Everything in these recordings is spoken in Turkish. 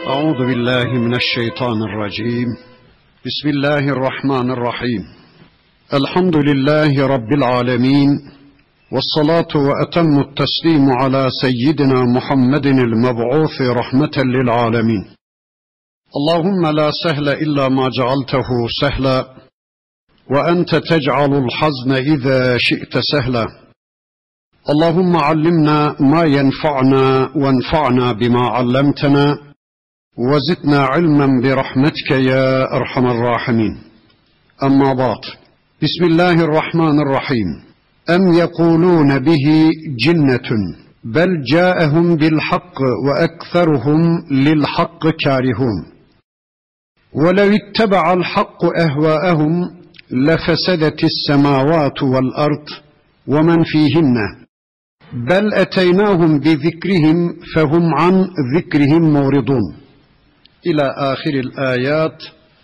أعوذ بالله من الشيطان الرجيم. بسم الله الرحمن الرحيم. الحمد لله رب العالمين، والصلاة وأتم التسليم على سيدنا محمد المبعوث رحمة للعالمين. اللهم لا سهل إلا ما جعلته سهلا، وأنت تجعل الحزن إذا شئت سهلا. اللهم علمنا ما ينفعنا وانفعنا بما علمتنا، وزدنا علما برحمتك يا أرحم الراحمين. أما بعد، بسم الله الرحمن الرحيم. أم يقولون به جنة بل جاءهم بالحق وأكثرهم للحق كارهون. ولو اتبع الحق أهواءهم لفسدت السماوات والأرض ومن فيهن بل أتيناهم بذكرهم فهم عن ذكرهم معرضون. İlâ âhiril âyât.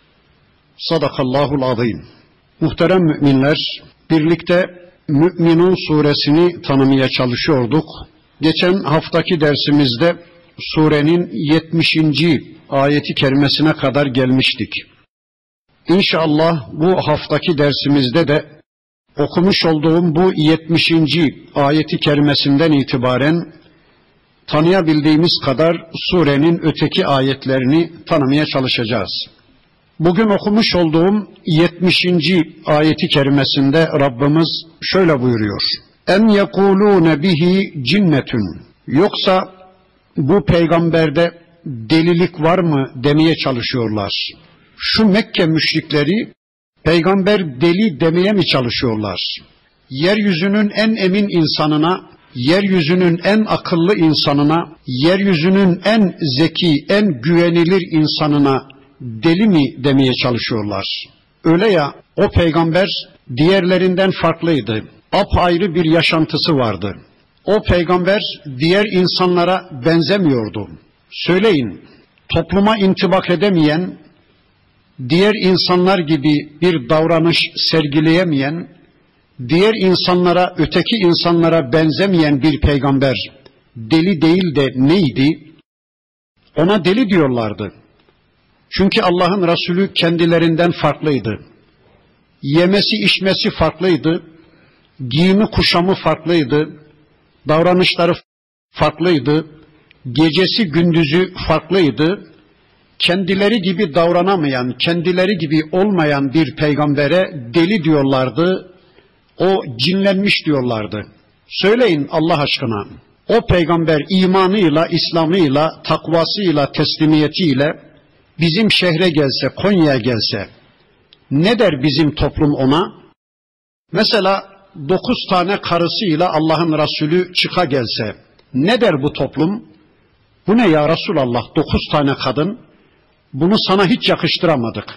Sadakallahul azîm. Muhterem müminler, birlikte Mü'minun suresini tanımaya çalışıyorduk. Geçen haftaki dersimizde surenin 70. ayeti kerimesine kadar gelmiştik. İnşallah bu haftaki dersimizde de okumuş olduğum bu 70. ayeti kerimesinden itibaren tanıyabildiğimiz kadar surenin öteki ayetlerini tanımaya çalışacağız. Bugün okumuş olduğum 70. ayeti kerimesinde Rabbimiz şöyle buyuruyor. En yekulûne bihi cinnetun. Yoksa bu peygamberde delilik var mı demeye çalışıyorlar. Şu Mekke müşrikleri peygamber deli demeye mi çalışıyorlar? Yeryüzünün en emin insanına, yeryüzünün en akıllı insanına, yeryüzünün en zeki, en güvenilir insanına deli mi demeye çalışıyorlar? Öyle ya, o peygamber diğerlerinden farklıydı. Apayrı bir yaşantısı vardı. O peygamber diğer insanlara benzemiyordu. Söyleyin, topluma intibak edemeyen, diğer insanlar gibi bir davranış sergileyemeyen, diğer insanlara, öteki insanlara benzemeyen bir peygamber deli değil de neydi? Ona deli diyorlardı. Çünkü Allah'ın Resulü kendilerinden farklıydı. Yemesi içmesi farklıydı. Giyimi kuşamı farklıydı. Davranışları farklıydı. Gecesi gündüzü farklıydı. Kendileri gibi davranamayan, kendileri gibi olmayan bir peygambere deli diyorlardı. O cinlenmiş diyorlardı. Söyleyin Allah aşkına, o peygamber imanıyla, İslamıyla, takvasıyla, teslimiyetiyle bizim şehre gelse, Konya'ya gelse, ne der bizim toplum ona? Mesela 9 tane karısıyla Allah'ın Resulü çıka gelse, ne der bu toplum? Bu ne ya Resulallah, 9 tane kadın, bunu sana hiç yakıştıramadık.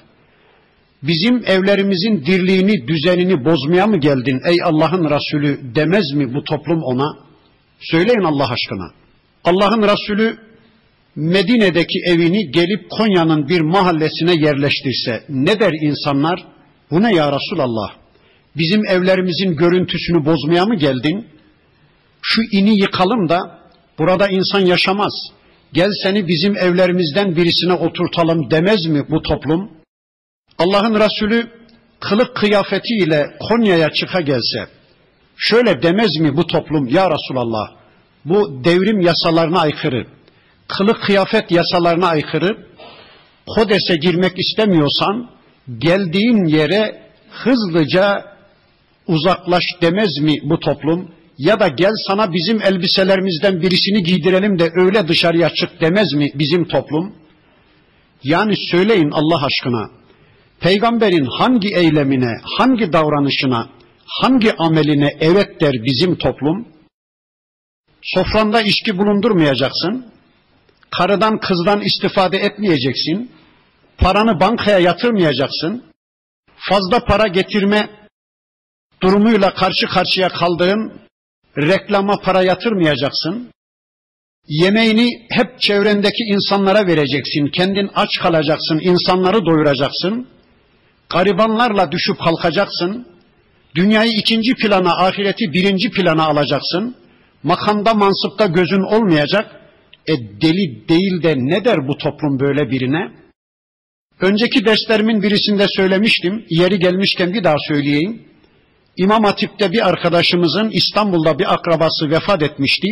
Bizim evlerimizin dirliğini, düzenini bozmaya mı geldin ey Allah'ın Resulü demez mi bu toplum ona? Söyleyin Allah aşkına. Allah'ın Resulü Medine'deki evini gelip Konya'nın bir mahallesine yerleştirse ne der insanlar? Bu ne ya Resulallah? Bizim evlerimizin görüntüsünü bozmaya mı geldin? Şu ini yıkalım da burada insan yaşamaz. Gel seni bizim evlerimizden birisine oturtalım demez mi bu toplum? Allah'ın Resulü kılık kıyafetiyle Konya'ya çıka gelse şöyle demez mi bu toplum? Ya Resulallah, bu devrim yasalarına aykırı, kılık kıyafet yasalarına aykırı, Kodes'e girmek istemiyorsan geldiğin yere hızlıca uzaklaş demez mi bu toplum? Ya da gel sana bizim elbiselerimizden birisini giydirelim de öyle dışarıya çık demez mi bizim toplum? Yani söyleyin Allah aşkına, peygamberin hangi eylemine, hangi davranışına, hangi ameline evet der bizim toplum? Sofranda içki bulundurmayacaksın, karıdan kızdan istifade etmeyeceksin, paranı bankaya yatırmayacaksın, fazla para getirme durumuyla karşı karşıya kaldığın reklama para yatırmayacaksın, yemeğini hep çevrendeki insanlara vereceksin, kendin aç kalacaksın, insanları doyuracaksın, garibanlarla düşüp kalkacaksın, dünyayı ikinci plana, ahireti birinci plana alacaksın, makamda mansıpta gözün olmayacak, Deli değil de ne der bu toplum böyle birine? Önceki derslerimin birisinde söylemiştim. Yeri gelmişken bir daha söyleyeyim. İmam Hatip'te bir arkadaşımızın İstanbul'da bir akrabası vefat etmişti.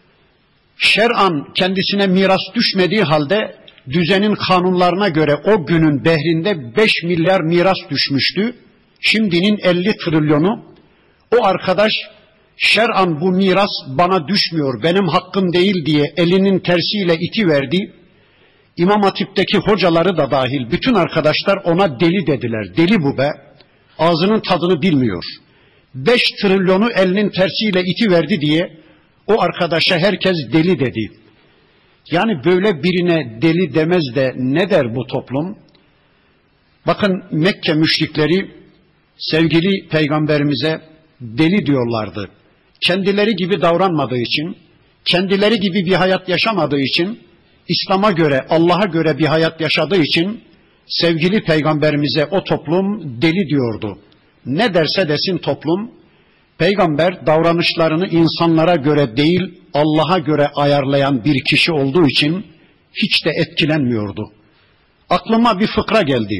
Şer'an kendisine miras düşmediği halde düzenin kanunlarına göre o günün behrinde 5 milyar miras düşmüştü. Şimdinin 50 trilyonu. O arkadaş şer'an bu miras bana düşmüyor, benim hakkım değil diye elinin tersiyle itiverdi. İmam Hatip'teki hocaları da dahil bütün arkadaşlar ona deli dediler. Deli bu be. Ağzının tadını bilmiyor. 5 trilyonu elinin tersiyle itiverdi diye o arkadaşa herkes deli dedi. Yani böyle birine deli demez de ne der bu toplum? Bakın Mekke müşrikleri sevgili peygamberimize deli diyorlardı. Kendileri gibi davranmadığı için, kendileri gibi bir hayat yaşamadığı için, İslam'a göre, Allah'a göre bir hayat yaşadığı için sevgili peygamberimize o toplum deli diyordu. Ne derse desin toplum, peygamber davranışlarını insanlara göre değil, Allah'a göre ayarlayan bir kişi olduğu için hiç de etkilenmiyordu. Aklıma bir fıkra geldi.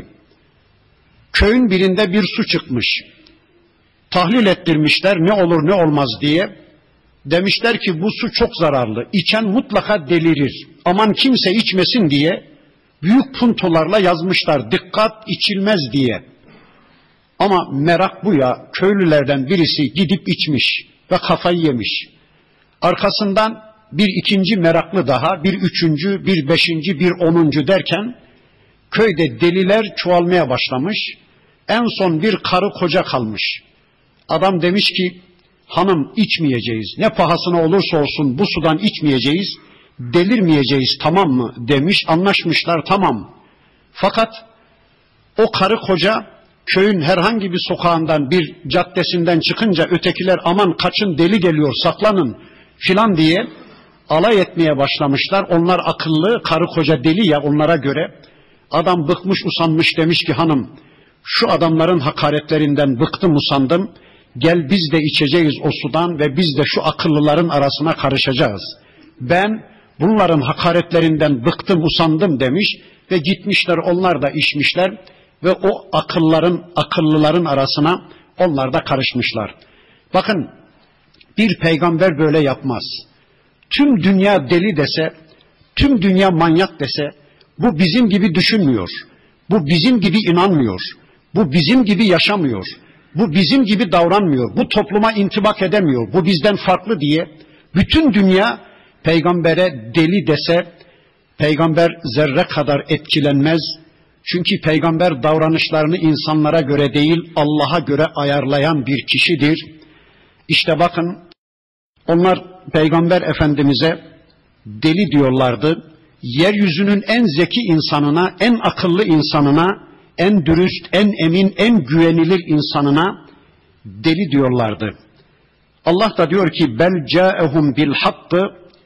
Köyün birinde bir su çıkmış. Tahlil ettirmişler ne olur ne olmaz diye. Demişler ki bu su çok zararlı. İçen mutlaka delirir. Aman kimse içmesin diye büyük puntolarla yazmışlar. Dikkat içilmez diye. Ama merak bu ya, köylülerden birisi gidip içmiş ve kafayı yemiş. Arkasından bir ikinci meraklı daha, bir üçüncü, bir beşinci, bir onuncu derken köyde deliler çoğalmaya başlamış. En son bir karı koca kalmış. Adam demiş ki, hanım içmeyeceğiz, ne pahasına olursa olsun bu sudan içmeyeceğiz, delirmeyeceğiz, tamam mı demiş, anlaşmışlar, tamam. Fakat o karı koca köyün herhangi bir sokağından, bir caddesinden çıkınca ötekiler aman kaçın deli geliyor saklanın filan diye alay etmeye başlamışlar. Onlar akıllı, karı koca deli ya onlara göre. Adam bıkmış usanmış demiş ki hanım şu adamların hakaretlerinden bıktım usandım. Gel biz de içeceğiz o sudan ve biz de şu akıllıların arasına karışacağız. Ben bunların hakaretlerinden bıktım usandım demiş ve gitmişler onlar da içmişler ve o akıllıların arasına onlar da karışmışlar. Bakın bir peygamber böyle yapmaz. Tüm dünya deli dese, tüm dünya manyak dese bu bizim gibi düşünmüyor. Bu bizim gibi inanmıyor. Bu bizim gibi yaşamıyor. Bu bizim gibi davranmıyor. Bu topluma intibak edemiyor. Bu bizden farklı diye bütün dünya peygambere deli dese peygamber zerre kadar etkilenmez. Çünkü peygamber davranışlarını insanlara göre değil Allah'a göre ayarlayan bir kişidir. İşte bakın onlar peygamber efendimize deli diyorlardı. Yeryüzünün en zeki insanına, en akıllı insanına, en dürüst, en emin, en güvenilir insanına deli diyorlardı. Allah da diyor ki bel câehum bil hakkı,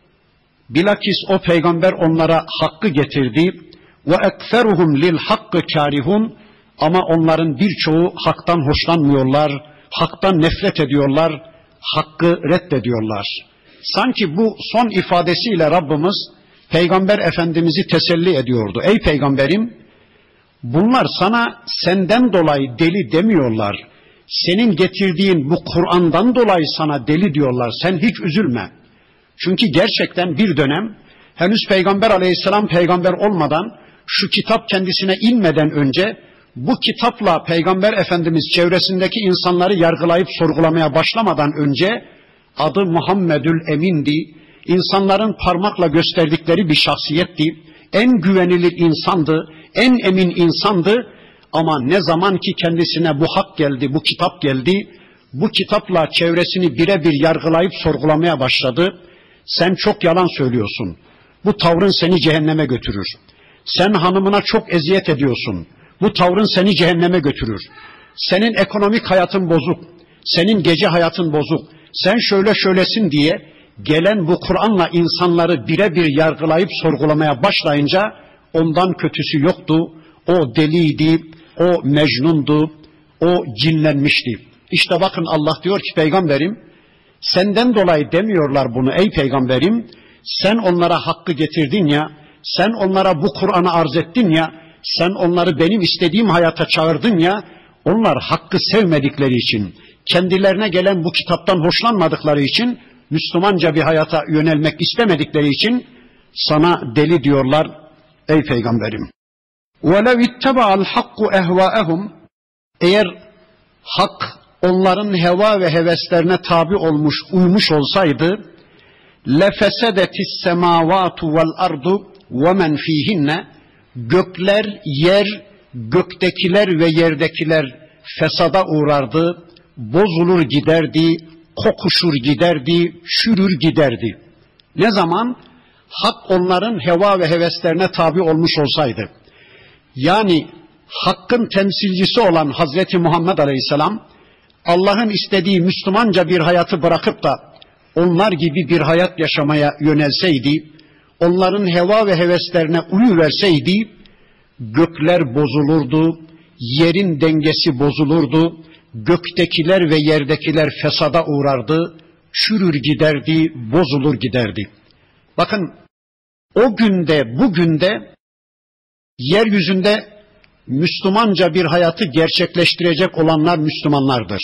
bilakis o peygamber onlara hakkı getirdi ve ekferuhum lil hakkı kârihun, ama onların birçoğu haktan hoşlanmıyorlar, haktan nefret ediyorlar, hakkı reddediyorlar. Sanki bu son ifadesiyle Rabbimiz Peygamber Efendimiz'i teselli ediyordu. Ey peygamberim, bunlar sana senden dolayı deli demiyorlar. Senin getirdiğin bu Kur'an'dan dolayı sana deli diyorlar. Sen hiç üzülme. Çünkü gerçekten bir dönem henüz Peygamber Aleyhisselam peygamber olmadan, şu kitap kendisine inmeden önce bu kitapla Peygamber Efendimiz çevresindeki insanları yargılayıp sorgulamaya başlamadan önce adı Muhammedül Emin'di. İnsanların parmakla gösterdikleri bir şahsiyetti. En güvenilir insandı, en emin insandı. Ama ne zaman ki kendisine bu hak geldi, bu kitap geldi, bu kitapla çevresini birebir yargılayıp sorgulamaya başladı. Sen çok yalan söylüyorsun. Bu tavrın seni cehenneme götürür. Sen hanımına çok eziyet ediyorsun. Bu tavrın seni cehenneme götürür. Senin ekonomik hayatın bozuk. Senin gece hayatın bozuk. Sen şöyle şöylesin diye gelen bu Kur'an'la insanları birebir yargılayıp sorgulamaya başlayınca ondan kötüsü yoktu. O deliydi, o mecnundu, o cinlenmişti. İşte bakın Allah diyor ki peygamberim, senden dolayı demiyorlar bunu ey peygamberim, sen onlara hakkı getirdin ya, sen onlara bu Kur'an'ı arz ettin ya, sen onları benim istediğim hayata çağırdın ya, onlar hakkı sevmedikleri için, kendilerine gelen bu kitaptan hoşlanmadıkları için, Müslümanca bir hayata yönelmek istemedikleri için sana deli diyorlar ey peygamberim. وَلَوْ اتَّبَعَ الْحَقُّ اَهْوَاءَهُمْ Eğer hak onların heva ve heveslerine tabi olmuş, uymuş olsaydı لَفَسَدَتِ السَّمَاوَاتُ وَالْأَرْضُ وَمَنْ فِيهِنَّ Gökler, yer, göktekiler ve yerdekiler fesada uğrardı, bozulur giderdi, kokuşur giderdi, çürür giderdi. Ne zaman? Hak onların heva ve heveslerine tabi olmuş olsaydı. Yani hakkın temsilcisi olan Hazreti Muhammed Aleyhisselam, Allah'ın istediği Müslümanca bir hayatı bırakıp da onlar gibi bir hayat yaşamaya yönelseydi, onların heva ve heveslerine uyuverseydi, gökler bozulurdu, yerin dengesi bozulurdu, göktekiler ve yerdekiler fesada uğrardı, çürür giderdi, bozulur giderdi. Bakın, o günde, bugün de yeryüzünde Müslümanca bir hayatı gerçekleştirecek olanlar Müslümanlardır.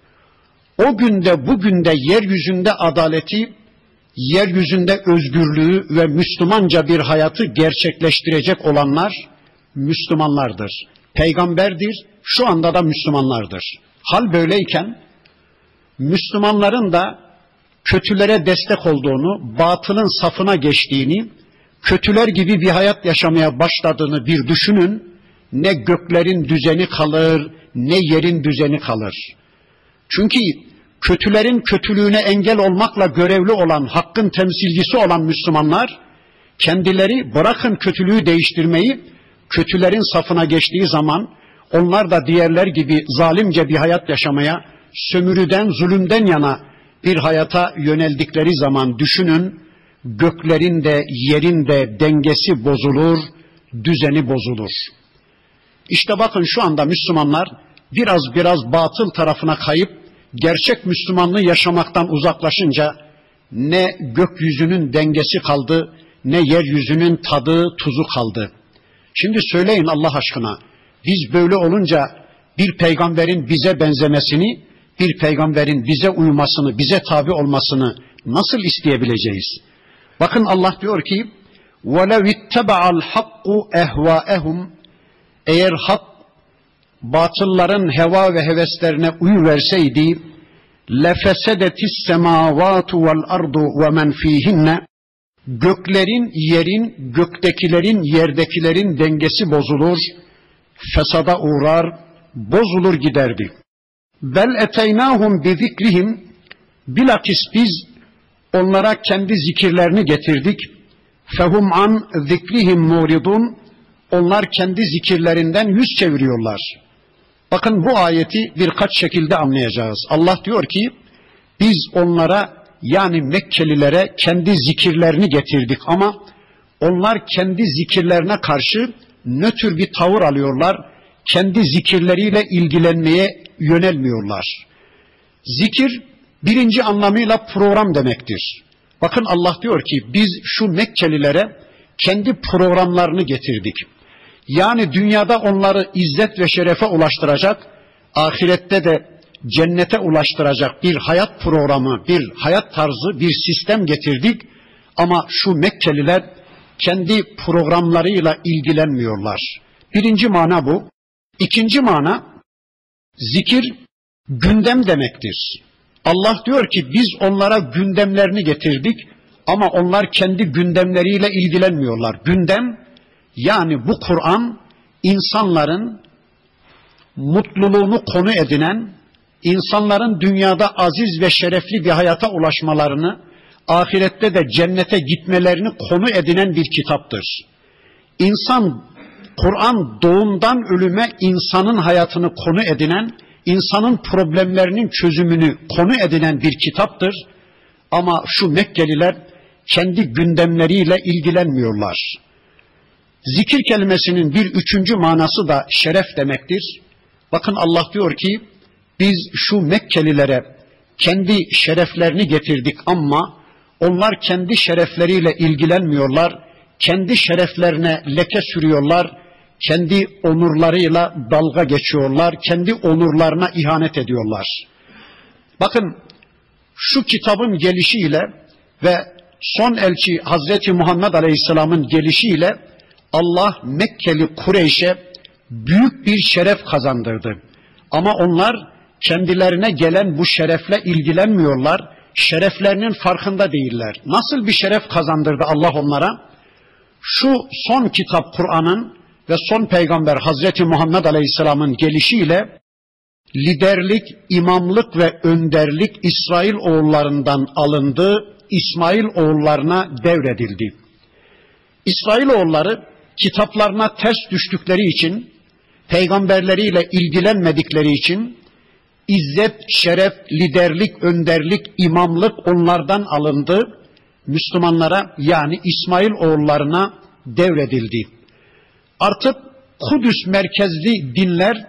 O günde, bugün de yeryüzünde adaleti, yeryüzünde özgürlüğü ve Müslümanca bir hayatı gerçekleştirecek olanlar Müslümanlardır. Peygamberdir, şu anda da Müslümanlardır. Hal böyleyken Müslümanların da kötülere destek olduğunu, batılın safına geçtiğini, kötüler gibi bir hayat yaşamaya başladığını bir düşünün. Ne göklerin düzeni kalır, ne yerin düzeni kalır. Çünkü kötülerin kötülüğüne engel olmakla görevli olan, hakkın temsilcisi olan Müslümanlar, kendileri bırakın kötülüğü değiştirmeyi, kötülerin safına geçtiği zaman, onlar da diğerler gibi zalimce bir hayat yaşamaya, sömürüden, zulümden yana bir hayata yöneldikleri zaman düşünün, göklerin de yerin de dengesi bozulur, düzeni bozulur. İşte bakın şu anda Müslümanlar biraz batıl tarafına kayıp gerçek Müslümanlığı yaşamaktan uzaklaşınca ne gökyüzünün dengesi kaldı, ne yeryüzünün tadı, tuzu kaldı. Şimdi söyleyin Allah aşkına, biz böyle olunca bir peygamberin bize benzemesini, bir peygamberin bize uymasını, bize tabi olmasını nasıl isteyebileceğiz? Bakın Allah diyor ki وَلَوْ اتَّبَعَ الْحَقُّ اَهْوَاءَهُمْ Eğer hak batılların heva ve heveslerine uyuverseydi لَفَسَدَتِ السَّمَاوَاتُ وَالْأَرْضُ وَمَنْ فِيهِنَّ Göklerin, yerin, göktekilerin, yerdekilerin dengesi bozulur, fesada uğrar, bozulur giderdi. Bel eteynahum bi zikrihim bilakis biz onlara kendi zikirlerini getirdik. Fehum an zikrihim muridun onlar kendi zikirlerinden yüz çeviriyorlar. Bakın bu ayeti birkaç şekilde anlayacağız. Allah diyor ki biz onlara yani Mekkelilere kendi zikirlerini getirdik ama onlar kendi zikirlerine karşı nötr bir tavır alıyorlar. Kendi zikirleriyle ilgilenmeye yönelmiyorlar. Zikir birinci anlamıyla program demektir. Bakın Allah diyor ki biz şu Mekkelilere kendi programlarını getirdik. Yani dünyada onları izzet ve şerefe ulaştıracak, ahirette de cennete ulaştıracak bir hayat programı, bir hayat tarzı, bir sistem getirdik. Ama şu Mekkeliler kendi programlarıyla ilgilenmiyorlar. Birinci mana bu. İkinci mana, zikir gündem demektir. Allah diyor ki biz onlara gündemlerini getirdik ama onlar kendi gündemleriyle ilgilenmiyorlar. Gündem yani bu Kur'an insanların mutluluğunu konu edinen, insanların dünyada aziz ve şerefli bir hayata ulaşmalarını, ahirette de cennete gitmelerini konu edinen bir kitaptır. Kur'an doğumdan ölüme insanın hayatını konu edinen, insanın problemlerinin çözümünü konu edinen bir kitaptır. Ama şu Mekkeliler kendi gündemleriyle ilgilenmiyorlar. Zikir kelimesinin bir üçüncü manası da şeref demektir. Bakın Allah diyor ki biz şu Mekkelilere kendi şereflerini getirdik ama Onlar kendi şerefleriyle ilgilenmiyorlar, kendi şereflerine leke sürüyorlar, kendi onurlarıyla dalga geçiyorlar, kendi onurlarına ihanet ediyorlar. Bakın şu kitabın gelişiyle ve son elçi Hazreti Muhammed Aleyhisselam'ın gelişiyle Allah Mekkeli Kureyş'e büyük bir şeref kazandırdı. Ama onlar kendilerine gelen bu şerefle ilgilenmiyorlar, şereflerinin farkında değiller. Nasıl bir şeref kazandırdı Allah onlara? Şu son kitap Kur'an'ın ve son peygamber Hazreti Muhammed Aleyhisselam'ın gelişiyle liderlik, imamlık ve önderlik İsrail oğullarından alındı, İsmail oğullarına devredildi. İsrail oğulları kitaplarına ters düştükleri için, peygamberleriyle ilgilenmedikleri için İzzet, şeref, liderlik, önderlik, imamlık onlardan alındı. Müslümanlara yani İsmail oğullarına devredildi. Artık Kudüs merkezli dinler,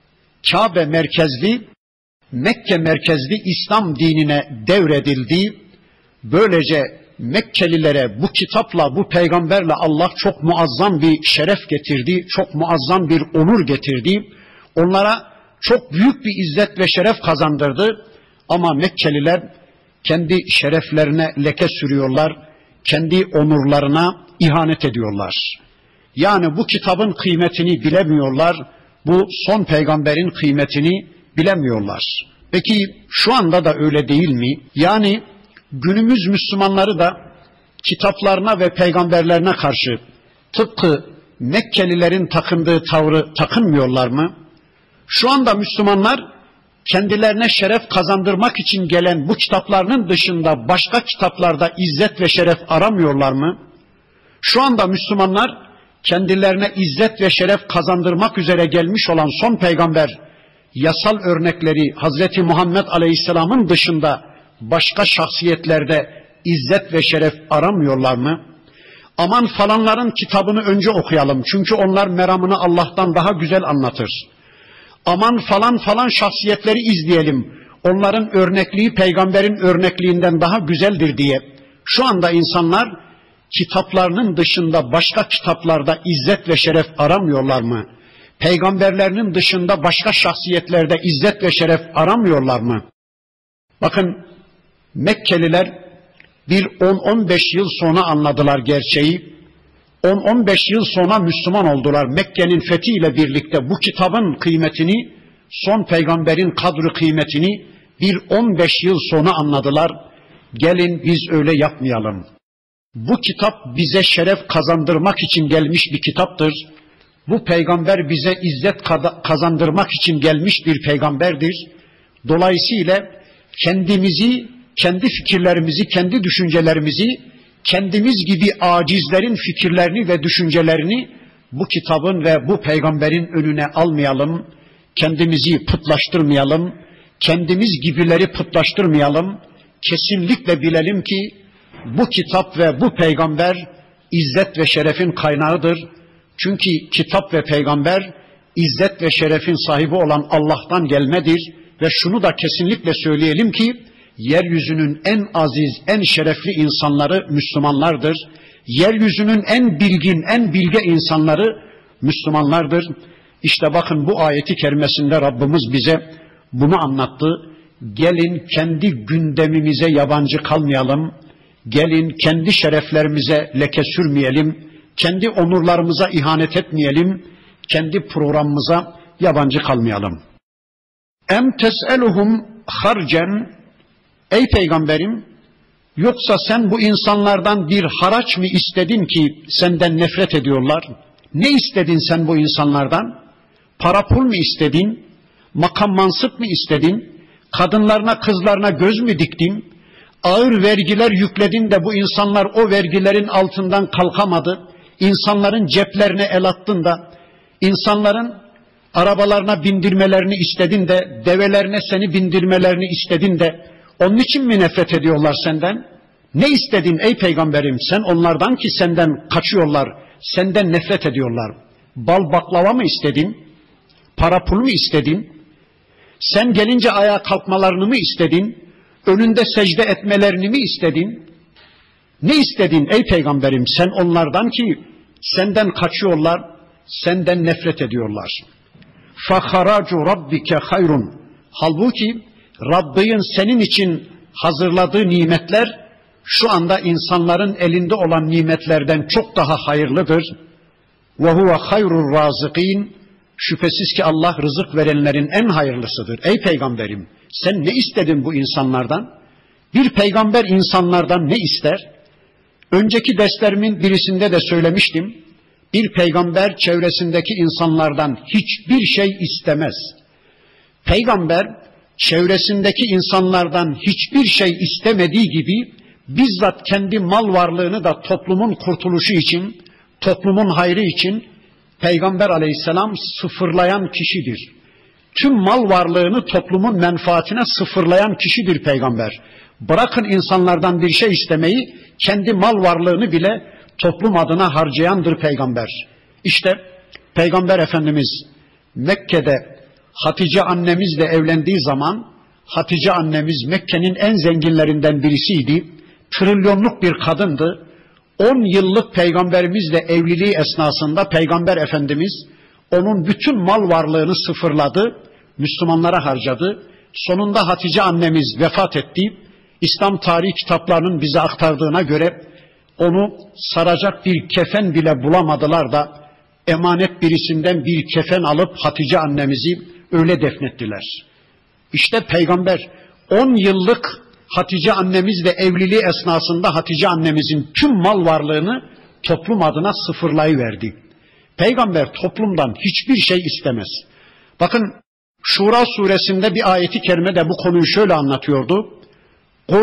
Kabe merkezli, Mekke merkezli İslam dinine devredildi. Böylece Mekkelilere bu kitapla, bu peygamberle Allah çok muazzam bir şeref getirdi, çok muazzam bir onur getirdi. Onlara çok büyük bir izzet ve şeref kazandırdı. Ama Mekkeliler kendi şereflerine leke sürüyorlar, kendi onurlarına ihanet ediyorlar. Yani bu kitabın kıymetini bilemiyorlar, bu son peygamberin kıymetini bilemiyorlar. Peki şu anda da öyle değil mi? Yani günümüz Müslümanları da kitaplarına ve peygamberlerine karşı tıpkı Mekkelilerin takındığı tavrı takınmıyorlar mı? Şu anda Müslümanlar kendilerine şeref kazandırmak için gelen bu kitaplarının dışında başka kitaplarda izzet ve şeref aramıyorlar mı? Şu anda Müslümanlar kendilerine izzet ve şeref kazandırmak üzere gelmiş olan son peygamber yasal örnekleri Hazreti Muhammed Aleyhisselam'ın dışında başka şahsiyetlerde izzet ve şeref aramıyorlar mı? Aman falanların kitabını önce okuyalım çünkü onlar meramını Allah'tan daha güzel anlatır. Aman falan şahsiyetleri izleyelim, onların örnekliği peygamberin örnekliğinden daha güzeldir diye. Şu anda insanlar kitaplarının dışında başka kitaplarda izzet ve şeref aramıyorlar mı? Peygamberlerinin dışında başka şahsiyetlerde izzet ve şeref aramıyorlar mı? Bakın Mekkeliler bir 10-15 yıl sonra anladılar gerçeği. 10-15 yıl sonra Müslüman oldular. Mekke'nin fethiyle birlikte bu kitabın kıymetini, son peygamberin kadri kıymetini bir 15 yıl sonra anladılar. Gelin biz öyle yapmayalım. Bu kitap bize şeref kazandırmak için gelmiş bir kitaptır. Bu peygamber bize izzet kazandırmak için gelmiş bir peygamberdir. Dolayısıyla kendimizi, kendi fikirlerimizi, kendi düşüncelerimizi, kendimiz gibi acizlerin fikirlerini ve düşüncelerini bu kitabın ve bu peygamberin önüne almayalım. Kendimizi putlaştırmayalım. Kendimiz gibileri putlaştırmayalım. Kesinlikle bilelim ki bu kitap ve bu peygamber izzet ve şerefin kaynağıdır. Çünkü kitap ve peygamber izzet ve şerefin sahibi olan Allah'tan gelmedir. Ve şunu da kesinlikle söyleyelim ki yeryüzünün en aziz, en şerefli insanları Müslümanlardır. Yeryüzünün en bilgin, en bilge insanları Müslümanlardır. İşte bakın bu ayeti kerimesinde Rabbimiz bize bunu anlattı. Gelin kendi gündemimize yabancı kalmayalım. Gelin kendi şereflerimize leke sürmeyelim. Kendi onurlarımıza ihanet etmeyelim. Kendi programımıza yabancı kalmayalım. Em tes'eluhum harcen, ey peygamberim, yoksa sen bu insanlardan bir haraç mı istedin ki senden nefret ediyorlar? Ne istedin sen bu insanlardan? Para pul mu istedin? Makam mansıp mı istedin? Kadınlarına kızlarına göz mü diktin? Ağır vergiler yükledin de bu insanlar o vergilerin altından kalkamadı. İnsanların ceplerine el attın da, insanların arabalarına bindirmelerini istedin de, develerine seni bindirmelerini istedin de, onun için mi nefret ediyorlar senden? Ne istedin ey peygamberim sen onlardan ki senden kaçıyorlar, senden nefret ediyorlar? Bal baklava mı istedin? Para pul mu istedin? Sen gelince ayağa kalkmalarını mı istedin? Önünde secde etmelerini mi istedin? Ne istedin ey peygamberim sen onlardan ki senden kaçıyorlar, senden nefret ediyorlar. فَخَرَاجُ رَبِّكَ خَيْرٌ. Halbuki Rabbin senin için hazırladığı nimetler şu anda insanların elinde olan nimetlerden çok daha hayırlıdır. وَهُوَ خَيْرُ الرَّازِقِينَ. Şüphesiz ki Allah rızık verenlerin en hayırlısıdır. Ey peygamberim sen ne istedin bu insanlardan? Bir peygamber insanlardan ne ister? Önceki derslerimin birisinde de söylemiştim. Bir peygamber çevresindeki insanlardan hiçbir şey istemez. Peygamber çevresindeki insanlardan hiçbir şey istemediği gibi bizzat kendi mal varlığını da toplumun kurtuluşu için, toplumun hayrı için Peygamber aleyhisselam sıfırlayan kişidir. Tüm mal varlığını toplumun menfaatine sıfırlayan kişidir peygamber. Bırakın insanlardan bir şey istemeyi, kendi mal varlığını bile toplum adına harcayandır peygamber. İşte Peygamber Efendimiz Mekke'de Hatice annemizle evlendiği zaman, Hatice annemiz Mekke'nin en zenginlerinden birisiydi. Trilyonluk bir kadındı. 10 yıllık peygamberimizle evliliği esnasında Peygamber Efendimiz onun bütün mal varlığını sıfırladı, Müslümanlara harcadı. Sonunda Hatice annemiz vefat etti. İslam tarihi kitaplarının bize aktardığına göre onu saracak bir kefen bile bulamadılar da emanet birisinden bir kefen alıp Hatice annemizi öyle defnettiler. İşte peygamber 10 yıllık Hatice annemizle evliliği esnasında Hatice annemizin tüm mal varlığını toplum adına sıfırlayıverdi. Peygamber toplumdan hiçbir şey istemez. Bakın Şura suresinde bir ayeti kerime de bu konuyu şöyle anlatıyordu. Kul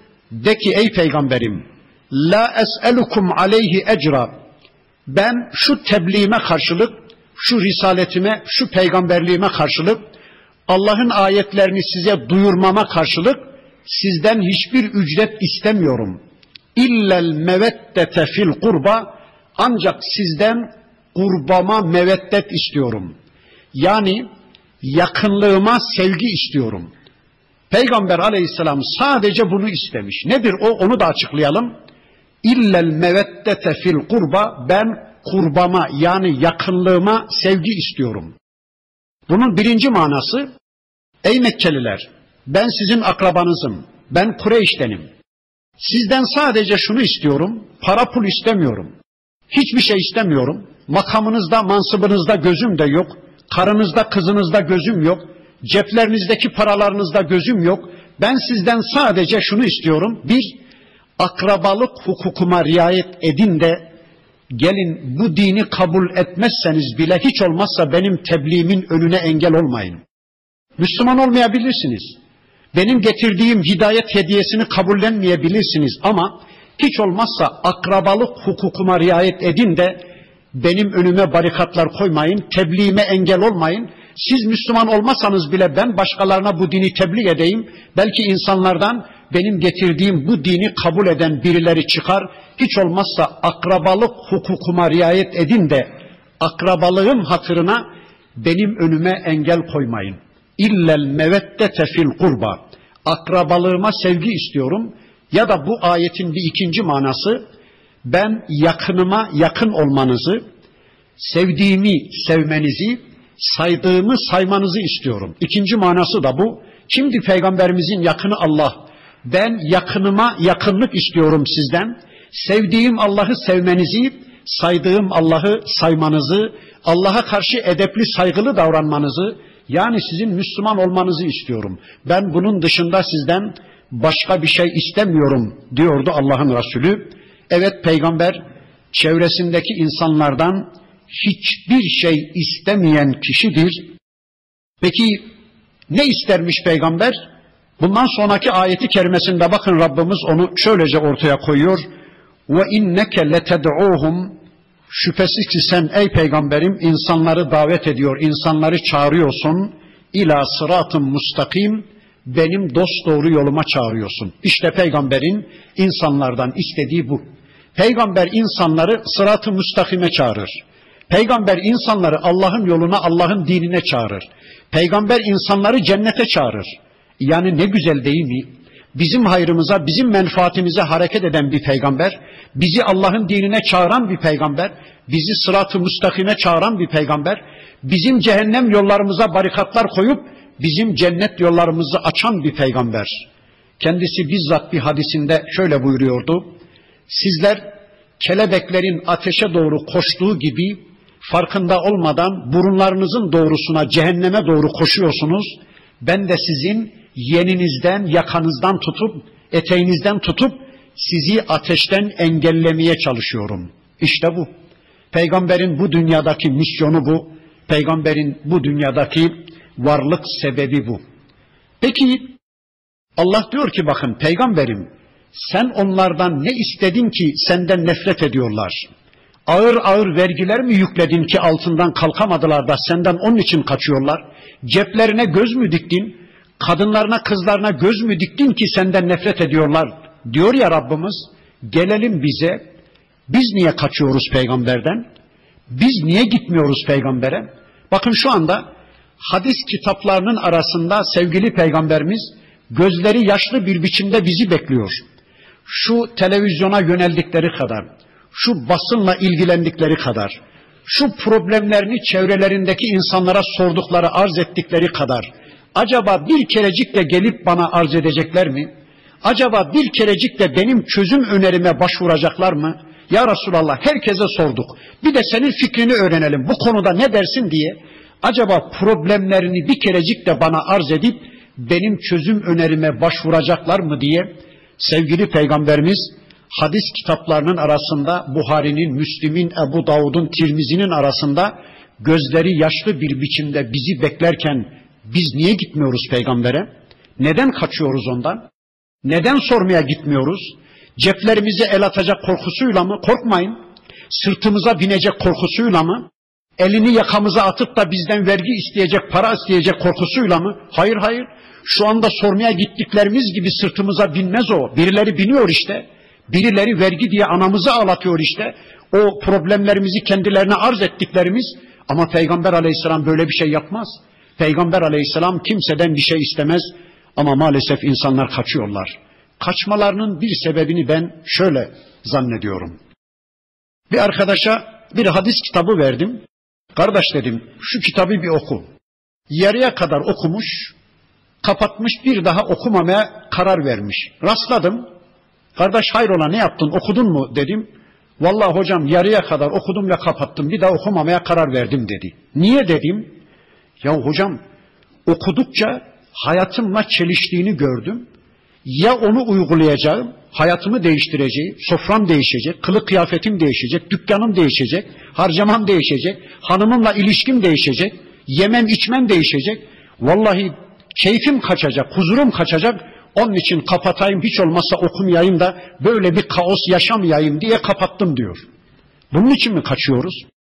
de ki ey peygamberim la es'elukum aleyhi ecra. Ben şu tebliğime karşılık, şu risaletime, şu peygamberliğime karşılık, Allah'ın ayetlerini size duyurmama karşılık sizden hiçbir ücret istemiyorum. İllel meveddete fil kurba. Ancak sizden kurbama meveddet istiyorum. Yani yakınlığıma sevgi istiyorum. Peygamber aleyhisselam sadece bunu istemiş. Nedir o? Onu da açıklayalım. İllel meveddete fil kurba. Ben kurbama yani yakınlığıma sevgi istiyorum. Bunun birinci manası, ey Mekkeliler, ben sizin akrabanızım, ben Kureyş'tenim. Sizden sadece şunu istiyorum, para pul istemiyorum. Hiçbir şey istemiyorum. Makamınızda, mansıbınızda gözüm de yok. Karınızda, kızınızda gözüm yok. Ceplerinizdeki paralarınızda gözüm yok. Ben sizden sadece şunu istiyorum. Bir, akrabalık hukukuma riayet edin de gelin bu dini kabul etmezseniz bile hiç olmazsa benim tebliğimin önüne engel olmayın. Müslüman olmayabilirsiniz. Benim getirdiğim hidayet hediyesini kabullenmeyebilirsiniz ama hiç olmazsa akrabalık hukukuma riayet edin de benim önüme barikatlar koymayın, tebliğime engel olmayın. Siz Müslüman olmasanız bile ben başkalarına bu dini tebliğ edeyim. Belki insanlardan benim getirdiğim bu dini kabul eden birileri çıkar. Hiç olmazsa akrabalık hukukuma riayet edin de akrabalığım hatırına benim önüme engel koymayın. İllel meveddete fil kurba. Akrabalığıma sevgi istiyorum. Ya da bu ayetin bir ikinci manası, ben yakınıma yakın olmanızı, sevdiğimi sevmenizi, saydığımı saymanızı istiyorum. İkinci manası da bu. Şimdi Peygamberimizin yakını Allah. Ben yakınıma yakınlık istiyorum sizden. Sevdiğim Allah'ı sevmenizi, saydığım Allah'ı saymanızı, Allah'a karşı edepli, saygılı davranmanızı, yani sizin Müslüman olmanızı istiyorum. Ben bunun dışında sizden başka bir şey istemiyorum diyordu Allah'ın Resulü. Evet, peygamber çevresindeki insanlardan hiçbir şey istemeyen kişidir. Peki ne istermiş peygamber? Bundan sonraki ayeti kerimesinde bakın Rabbimiz onu şöylece ortaya koyuyor. Ve inneke leted'uhum. Şüphesiz ki sen ey peygamberim insanları davet ediyor, insanları çağırıyorsun. İlâ sıratın mustakim. Benim dosdoğru yoluma çağırıyorsun. İşte peygamberin insanlardan istediği bu. Peygamber insanları sırat-ı müstakime çağırır. Peygamber insanları Allah'ın yoluna, Allah'ın dinine çağırır. Peygamber insanları cennete çağırır. Yani ne güzel değil mi? bizim hayrımıza, bizim menfaatimize hareket eden bir peygamber, bizi Allah'ın dinine çağıran bir peygamber, bizi sırat-ı müstakime çağıran bir peygamber, bizim cehennem yollarımıza barikatlar koyup bizim cennet yollarımızı açan bir peygamber. Kendisi bizzat bir hadisinde şöyle buyuruyordu: sizler kelebeklerin ateşe doğru koştuğu gibi farkında olmadan burunlarınızın doğrusuna, cehenneme doğru koşuyorsunuz. Ben de sizin yeninizden, yakanızdan tutup, eteğinizden tutup sizi ateşten engellemeye çalışıyorum. İşte bu. Peygamberin bu dünyadaki misyonu bu. Peygamberin bu dünyadaki varlık sebebi bu. Peki Allah diyor ki bakın peygamberim, sen onlardan ne istedin ki senden nefret ediyorlar? Ağır ağır vergiler mi yükledin ki altından kalkamadılar da senden onun için kaçıyorlar? Ceplerine göz mü diktin? Kadınlarına, kızlarına göz mü diktin ki senden nefret ediyorlar? Diyor ya Rabbimiz, gelelim bize. Biz niye kaçıyoruz peygamberden? Biz niye gitmiyoruz peygambere? Bakın şu anda hadis kitaplarının arasında sevgili peygamberimiz gözleri yaşlı bir biçimde bizi bekliyor. Şu televizyona yöneldikleri kadar, şu basınla ilgilendikleri kadar, şu problemlerini çevrelerindeki insanlara sordukları, arz ettikleri kadar, acaba bir kerecik de gelip bana arz edecekler mi? Acaba bir kerecik de benim çözüm önerime başvuracaklar mı? Ya Resulallah, herkese sorduk. Bir de senin fikrini öğrenelim. Bu konuda ne dersin diye. Acaba problemlerini bir kerecik de bana arz edip benim çözüm önerime başvuracaklar mı diye sevgili peygamberimiz hadis kitaplarının arasında Buhari'nin, Müslim'in, Ebu Davud'un, Tirmizi'nin arasında gözleri yaşlı bir biçimde bizi beklerken biz niye gitmiyoruz peygambere? Neden kaçıyoruz ondan? Neden sormaya gitmiyoruz? Ceplerimize el atacak korkusuyla mı? Korkmayın. Sırtımıza binecek korkusuyla mı? Elini yakamıza atıp da bizden vergi isteyecek, para isteyecek korkusuyla mı? Hayır hayır. Şu anda sormaya gittiklerimiz gibi sırtımıza binmez o. Birileri biniyor işte. Birileri vergi diye anamızı ağlatıyor işte. O problemlerimizi kendilerine arz ettiklerimiz. Ama Peygamber Aleyhisselam böyle bir şey yapmaz. Peygamber Aleyhisselam kimseden bir şey istemez. Ama maalesef insanlar kaçıyorlar. Kaçmalarının bir sebebini ben şöyle zannediyorum. Bir arkadaşa bir hadis kitabı verdim. Kardeş dedim, şu kitabı bir oku. Yarıya kadar okumuş, kapatmış, bir daha okumamaya karar vermiş. Rastladım. Kardeş hayrola, ne yaptın, okudun mu dedim. Vallahi hocam yarıya kadar okudum ve kapattım, bir daha okumamaya karar verdim dedi. Niye dedim. Ya hocam okudukça hayatımla çeliştiğini gördüm. Ya onu uygulayacağım, hayatımı değiştireceğim, sofram değişecek, kılık kıyafetim değişecek, dükkanım değişecek, harcamam değişecek, hanımımla ilişkim değişecek, yemem içmem değişecek. Vallahi keyfim kaçacak, huzurum kaçacak. Onun için kapatayım, hiç olmazsa okumayayım da böyle bir kaos yaşamayayım diye kapattım diyor. Bunun için mi kaçıyoruz?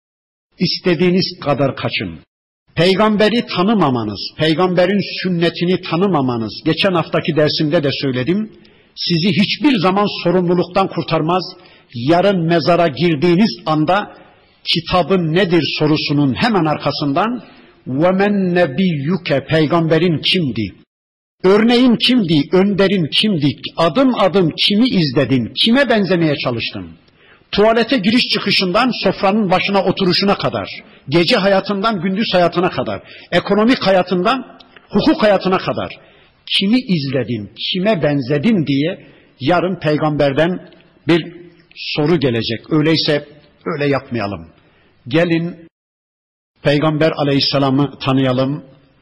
İstediğiniz kadar kaçın. Peygamberi tanımamanız, peygamberin sünnetini tanımamanız, geçen haftaki dersimde de söyledim, sizi hiçbir zaman sorumluluktan kurtarmaz. Yarın mezara girdiğiniz anda kitabın nedir sorusunun hemen arkasından وَمَنْ نَبِيُّكَ, peygamberin kimdi? Örneğin kimdi? Önderin kimdi? Adım adım kimi izledin? Kime benzemeye çalıştın? Tuvalete giriş çıkışından sofranın başına oturuşuna kadar, gece hayatından gündüz hayatına kadar, ekonomik hayatından hukuk hayatına kadar kimi izledin, kime benzedin diye yarın peygamberden bir soru gelecek. Öyleyse öyle yapmayalım. Gelin Peygamber Aleyhisselam'ı tanıyalım.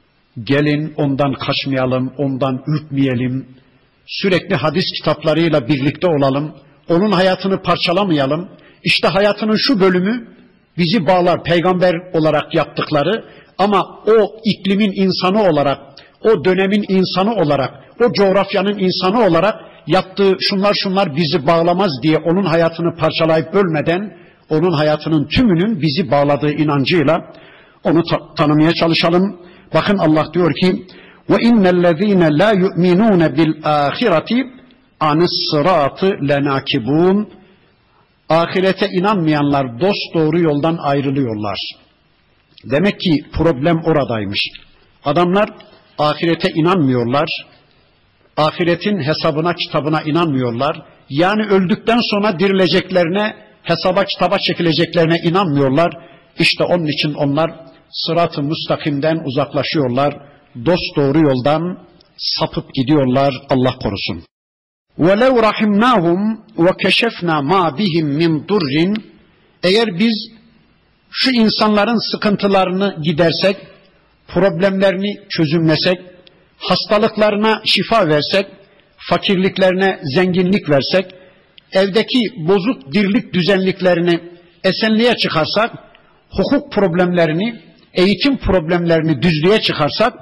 Gelin ondan kaçmayalım, ondan ürkmeyelim. Sürekli hadis kitaplarıyla birlikte olalım. Onun hayatını parçalamayalım. İşte hayatının şu bölümü bizi bağlar, peygamber olarak yaptıkları, ama o iklimin insanı olarak, o dönemin insanı olarak, o coğrafyanın insanı olarak yaptığı şunlar bizi bağlamaz diye onun hayatını parçalayıp bölmeden, onun hayatının tümünün bizi bağladığı inancıyla onu tanımaya çalışalım. Bakın Allah diyor ki وَاِنَّ الَّذ۪ينَ لَا يُؤْمِنُونَ بِالْآخِرَةِ عَنِ الصِّرَاطِ لَنَاكِبُونَ. Ahirete inanmayanlar dosdoğru yoldan ayrılıyorlar. Demek ki problem oradaymış. Adamlar ahirete inanmıyorlar. Ahiretin hesabına kitabına inanmıyorlar. Yani öldükten sonra dirileceklerine, hesaba kitaba çekileceklerine inanmıyorlar. İşte onun için onlar sırat-ı müstakimden uzaklaşıyorlar. Dosdoğru yoldan sapıp gidiyorlar, Allah korusun. وَلَوْ رَحِمْنَاهُمْ وَكَشَفْنَا مَا بِهِمْ مِنْ دُرٍّ Eğer biz şu insanların sıkıntılarını gidersek, problemlerini çözümlesek, hastalıklarına şifa versek, fakirliklerine zenginlik versek, evdeki bozuk dirlik düzenliklerini esenliğe çıkarsak, hukuk problemlerini, eğitim problemlerini düzlüğe çıkarsak,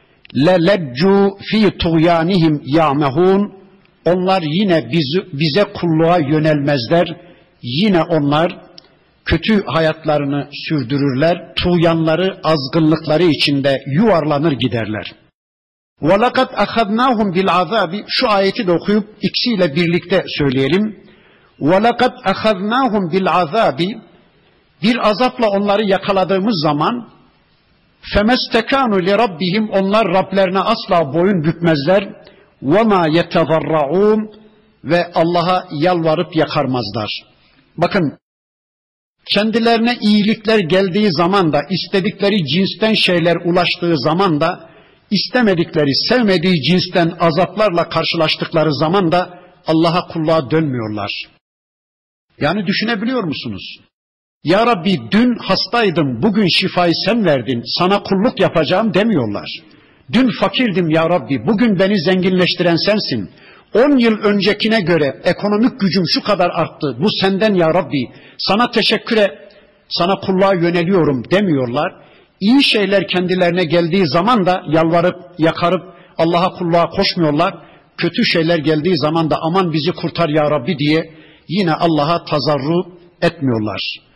لَلَجُّوا ف۪ي تُغْيَانِهِمْ يَعْمَهُونَ Onlar yine bize kulluğa yönelmezler, yine onlar kötü hayatlarını sürdürürler, tuğyanları, azgınlıkları içinde yuvarlanır giderler. وَلَقَدْ أَخَذْنَاهُمْ بِالْعَذَابِ Şu ayeti de okuyup ikisiyle birlikte söyleyelim. وَلَقَدْ أَخَذْنَاهُمْ بِالْعَذَابِ Bir azapla onları yakaladığımız zaman فَمَسْتَكَانُوا لِرَبِّهِمْ Onlar Rablerine asla boyun bükmezler. وَمَا يَتَضَرَّعُونَ Ve Allah'a yalvarıp yakarmazlar. Bakın, kendilerine iyilikler geldiği zaman da, istedikleri cinsten şeyler ulaştığı zaman da, istemedikleri, sevmediği cinsten azaplarla karşılaştıkları zaman da Allah'a kulluğa dönmüyorlar. Yani düşünebiliyor musunuz? Ya Rabbi dün hastaydım, bugün şifayı sen verdin, sana kulluk yapacağım demiyorlar. Dün fakirdim ya Rabbi, bugün beni zenginleştiren sensin. 10 yıl öncekine göre ekonomik gücüm şu kadar arttı, bu senden ya Rabbi, sana teşekküre, sana kulluğa yöneliyorum demiyorlar. İyi şeyler kendilerine geldiği zaman da yalvarıp, yakarıp Allah'a kulluğa koşmuyorlar. Kötü şeyler geldiği zaman da aman bizi kurtar ya Rabbi diye yine Allah'a tazarru etmiyorlar.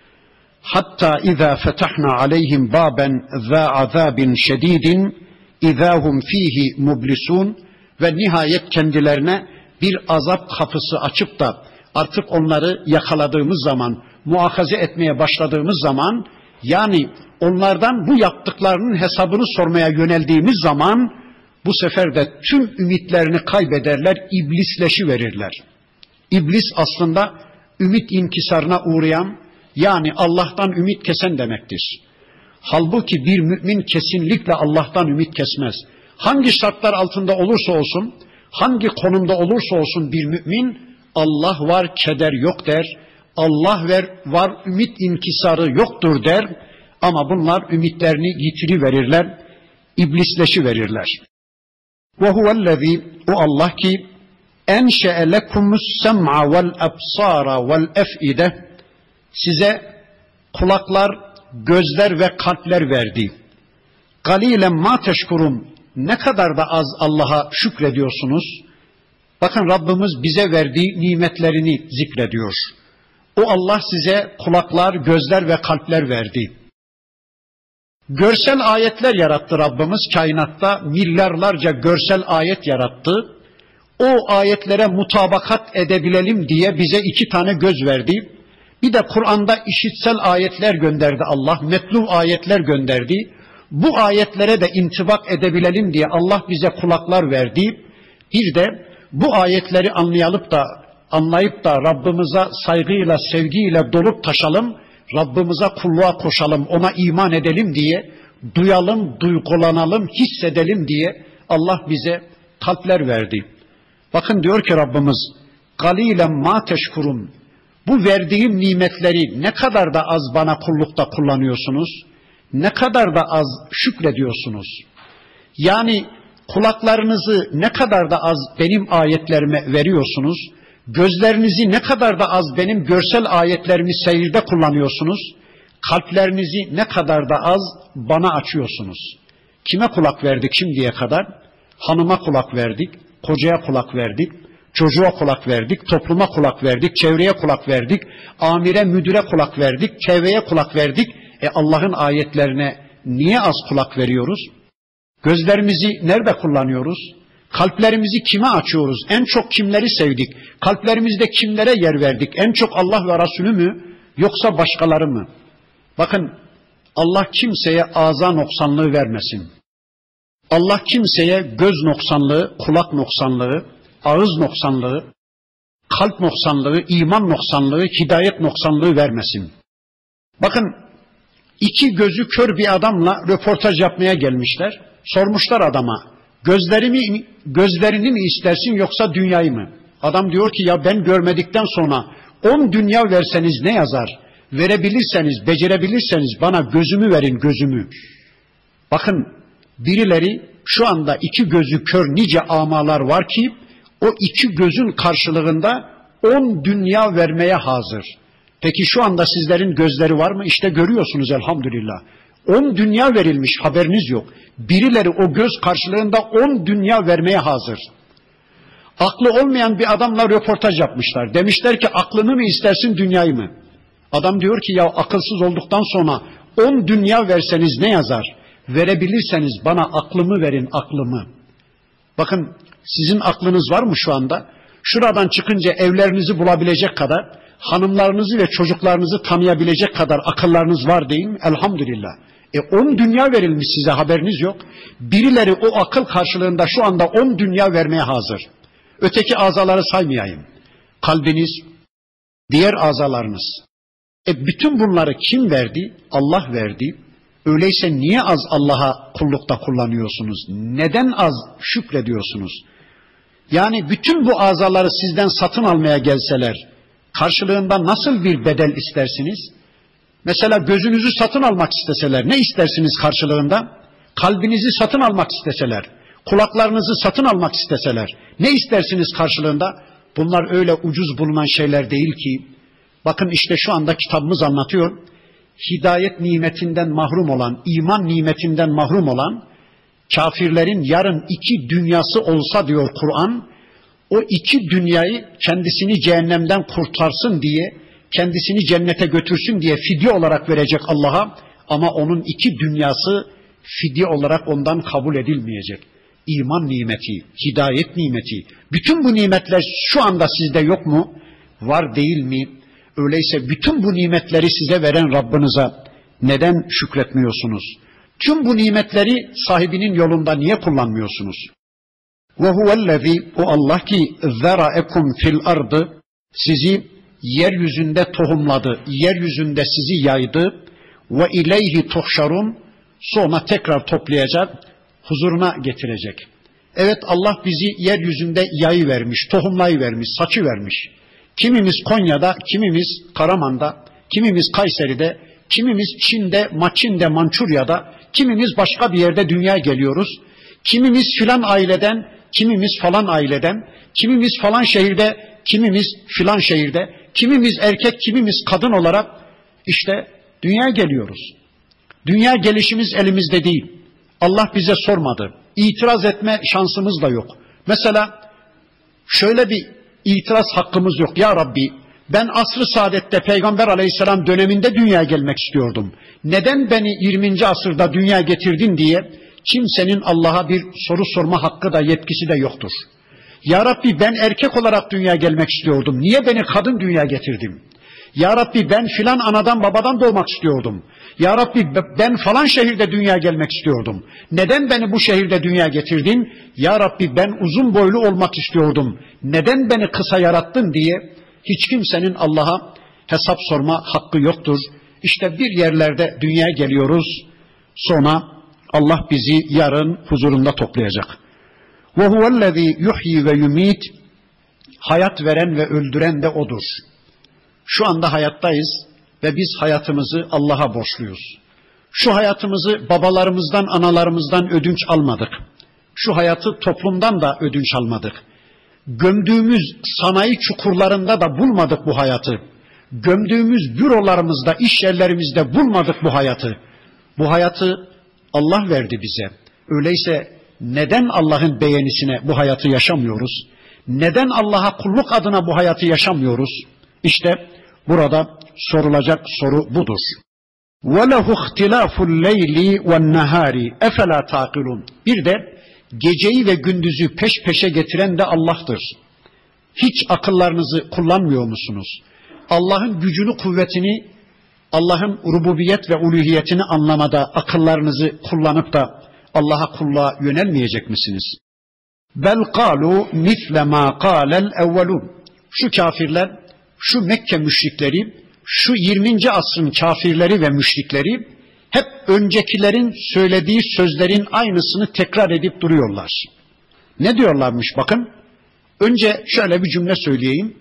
Hatta izâ fetahna aleyhim bâben zâ azâbin şedîdin İzâhum fîhî mublisun Ve nihayet kendilerine bir azap kapısı açıp da artık onları yakaladığımız zaman, muahaze etmeye başladığımız zaman, yani onlardan bu yaptıklarının hesabını sormaya yöneldiğimiz zaman bu sefer de tüm ümitlerini kaybederler, iblisleşiverirler. İblis aslında ümit inkisarına uğrayan, yani Allah'tan ümit kesen demektir. Halbuki bir mümin kesinlikle Allah'tan ümit kesmez. Hangi şartlar altında olursa olsun, hangi konumda olursa olsun bir mümin, Allah var, keder yok der. Allah var, ümit inkisarı yoktur der. Ama bunlar ümitlerini yitiriverirler, iblisleşiverirler. وَهُوَ O Allah ki اَنْشَأَ لَكُمُ السَّمْعَ وَالْأَبْصَارَ وَالْأَفْئِدَةِ Size kulaklar, gözler ve kalpler verdi. قَلِيلًا مَا تَشْكُرُونَ Ne kadar da az Allah'a şükrediyorsunuz. Bakın Rabbimiz bize verdiği nimetlerini zikrediyor. O Allah size kulaklar, gözler ve kalpler verdi. Görsel ayetler yarattı Rabbimiz kainatta. Milyarlarca görsel ayet yarattı. O ayetlere mutabakat edebilelim diye bize 2 tane göz verdi. Bir de Kur'an'da işitsel ayetler gönderdi Allah. Metlu ayetler gönderdi. Bu ayetlere de intibak edebilelim diye Allah bize kulaklar verdi. Bir de bu ayetleri anlayıp da Rabbimize saygıyla, sevgiyle dolup taşalım. Rabbimize kulluğa koşalım, ona iman edelim diye, duyalım, duygulanalım, hissedelim diye Allah bize kalpler verdi. Bakın diyor ki Rabbimiz, قَلِيلًا مَا تَشْكُرُونَ Bu verdiğim nimetleri ne kadar da az bana kullukta kullanıyorsunuz, ne kadar da az şükrediyorsunuz. Yani kulaklarınızı ne kadar da az benim ayetlerime veriyorsunuz, gözlerinizi ne kadar da az benim görsel ayetlerimi seyirde kullanıyorsunuz, kalplerinizi ne kadar da az bana açıyorsunuz. Kime kulak verdik şimdiye kadar? Hanıma kulak verdik, kocaya kulak verdik, çocuğa kulak verdik, topluma kulak verdik, çevreye kulak verdik, amire, müdüre kulak verdik, çevreye kulak verdik. Allah'ın ayetlerine niye az kulak veriyoruz? Gözlerimizi nerede kullanıyoruz? Kalplerimizi kime açıyoruz? En çok kimleri sevdik? Kalplerimizde kimlere yer verdik? En çok Allah ve Resulü mü? Yoksa başkaları mı? Bakın Allah kimseye ağza noksanlığı vermesin. Allah kimseye göz noksanlığı, kulak noksanlığı, ağız noksanlığı, kalp noksanlığı, iman noksanlığı, hidayet noksanlığı vermesin. Bakın, iki gözü kör bir adamla röportaj yapmaya gelmişler. Sormuşlar adama, gözlerini mi istersin yoksa dünyayı mı? Adam diyor ki ya ben görmedikten sonra 10 dünya verseniz ne yazar? Verebilirseniz, becerebilirseniz bana gözümü verin, gözümü. Bakın, birileri şu anda iki gözü kör nice amalar var ki o iki gözün karşılığında 10 dünya vermeye hazır. Peki şu anda sizlerin gözleri var mı? İşte görüyorsunuz elhamdülillah. 10 dünya verilmiş, haberiniz yok. Birileri o göz karşılığında 10 dünya vermeye hazır. Aklı olmayan bir adamla röportaj yapmışlar. Demişler ki aklını mı istersin, dünyayı mı? Adam diyor ki ya akılsız olduktan sonra 10 dünya verseniz ne yazar? Verebilirseniz bana aklımı verin, aklımı. Bakın, sizin aklınız var mı şu anda? Şuradan çıkınca evlerinizi bulabilecek kadar, hanımlarınızı ve çocuklarınızı tanıyabilecek kadar akıllarınız var değil mi? Elhamdülillah. 10 dünya verilmiş size, haberiniz yok. Birileri o akıl karşılığında şu anda 10 dünya vermeye hazır. Öteki azaları saymayayım. Kalbiniz, diğer azalarınız. Bütün bunları kim verdi? Allah verdi. Öyleyse niye az Allah'a kullukta kullanıyorsunuz? Neden az şükrediyorsunuz? Yani bütün bu azaları sizden satın almaya gelseler, karşılığında nasıl bir bedel istersiniz? Mesela gözünüzü satın almak isteseler, ne istersiniz karşılığında? Kalbinizi satın almak isteseler, kulaklarınızı satın almak isteseler, ne istersiniz karşılığında? Bunlar öyle ucuz bulunan şeyler değil ki. Bakın işte şu anda kitabımız anlatıyor. Hidayet nimetinden mahrum olan, iman nimetinden mahrum olan kafirlerin yarın 2 dünyası olsa diyor Kur'an, o 2 dünyayı kendisini cehennemden kurtarsın diye, kendisini cennete götürsün diye fidye olarak verecek Allah'a, ama onun 2 dünyası fidye olarak ondan kabul edilmeyecek. İman nimeti, hidayet nimeti, bütün bu nimetler şu anda sizde yok mu? Var değil mi? Öyleyse bütün bu nimetleri size veren Rabbinize neden şükretmiyorsunuz? Tüm bu nimetleri sahibinin yolunda niye kullanmıyorsunuz? Ve huvellezî, o Allah ki zera'ekum fil ardı, sizi yeryüzünde tohumladı, yeryüzünde sizi yaydı. Ve ileyhi tuhşarun, sonra tekrar toplayacak, huzuruna getirecek. Evet, Allah bizi yeryüzünde yayı vermiş, tohumlayı vermiş, saçı vermiş. Kimimiz Konya'da, kimimiz Karaman'da, kimimiz Kayseri'de, kimimiz Çin'de, Maçin'de, Mançurya'da, kimimiz başka bir yerde dünyaya geliyoruz. Kimimiz filan aileden, kimimiz falan aileden, kimimiz falan şehirde, kimimiz filan şehirde, kimimiz erkek, kimimiz kadın olarak işte dünyaya geliyoruz. Dünya gelişimiz elimizde değil. Allah bize sormadı. İtiraz etme şansımız da yok. Mesela şöyle bir itiraz hakkımız yok. Ya Rabbi, ben asr-ı saadette Peygamber aleyhisselam döneminde dünyaya gelmek istiyordum. Neden beni 20. asırda dünyaya getirdin diye kimsenin Allah'a bir soru sorma hakkı da yetkisi de yoktur. Ya Rabbi, ben erkek olarak dünyaya gelmek istiyordum. Niye beni kadın dünyaya getirdin? Ya Rabbi, ben filan anadan babadan doğmak istiyordum. Ya Rabbi, ben falan şehirde dünyaya gelmek istiyordum. Neden beni bu şehirde dünyaya getirdin? Ya Rabbi, ben uzun boylu olmak istiyordum. Neden beni kısa yarattın diye hiç kimsenin Allah'a hesap sorma hakkı yoktur. İşte bir yerlerde dünyaya geliyoruz. Sonra Allah bizi yarın huzurunda toplayacak. Ve huvellezî yuhyi ve yumit, hayat veren ve öldüren de odur. Şu anda hayattayız ve biz hayatımızı Allah'a borçluyuz. Şu hayatımızı babalarımızdan, analarımızdan ödünç almadık. Şu hayatı toplumdan da ödünç almadık. Gömdüğümüz sanayi çukurlarında da bulmadık bu hayatı. Gömdüğümüz bürolarımızda, iş yerlerimizde bulmadık bu hayatı. Bu hayatı Allah verdi bize. Öyleyse neden Allah'ın beğenisine bu hayatı yaşamıyoruz? Neden Allah'a kulluk adına bu hayatı yaşamıyoruz? İşte burada sorulacak soru budur. وَلَهُ اخْتِلَافُ اللَّيْلِ وَالنَّهَارِ اَفَلَا تَعْقِلُونَ. Bir de geceyi ve gündüzü peş peşe getiren de Allah'tır. Hiç akıllarınızı kullanmıyor musunuz? Allah'ın gücünü, kuvvetini, Allah'ın rububiyet ve uluhiyetini anlamada akıllarınızı kullanıp da Allah'a kulluğa yönelmeyecek misiniz? Bel kalu misle ma kâlel evvelun. Şu kafirler, şu Mekke müşrikleri, şu 20. asrın kafirleri ve müşrikleri hep öncekilerin söylediği sözlerin aynısını tekrar edip duruyorlar. Ne diyorlarmış bakın. Önce şöyle bir cümle söyleyeyim.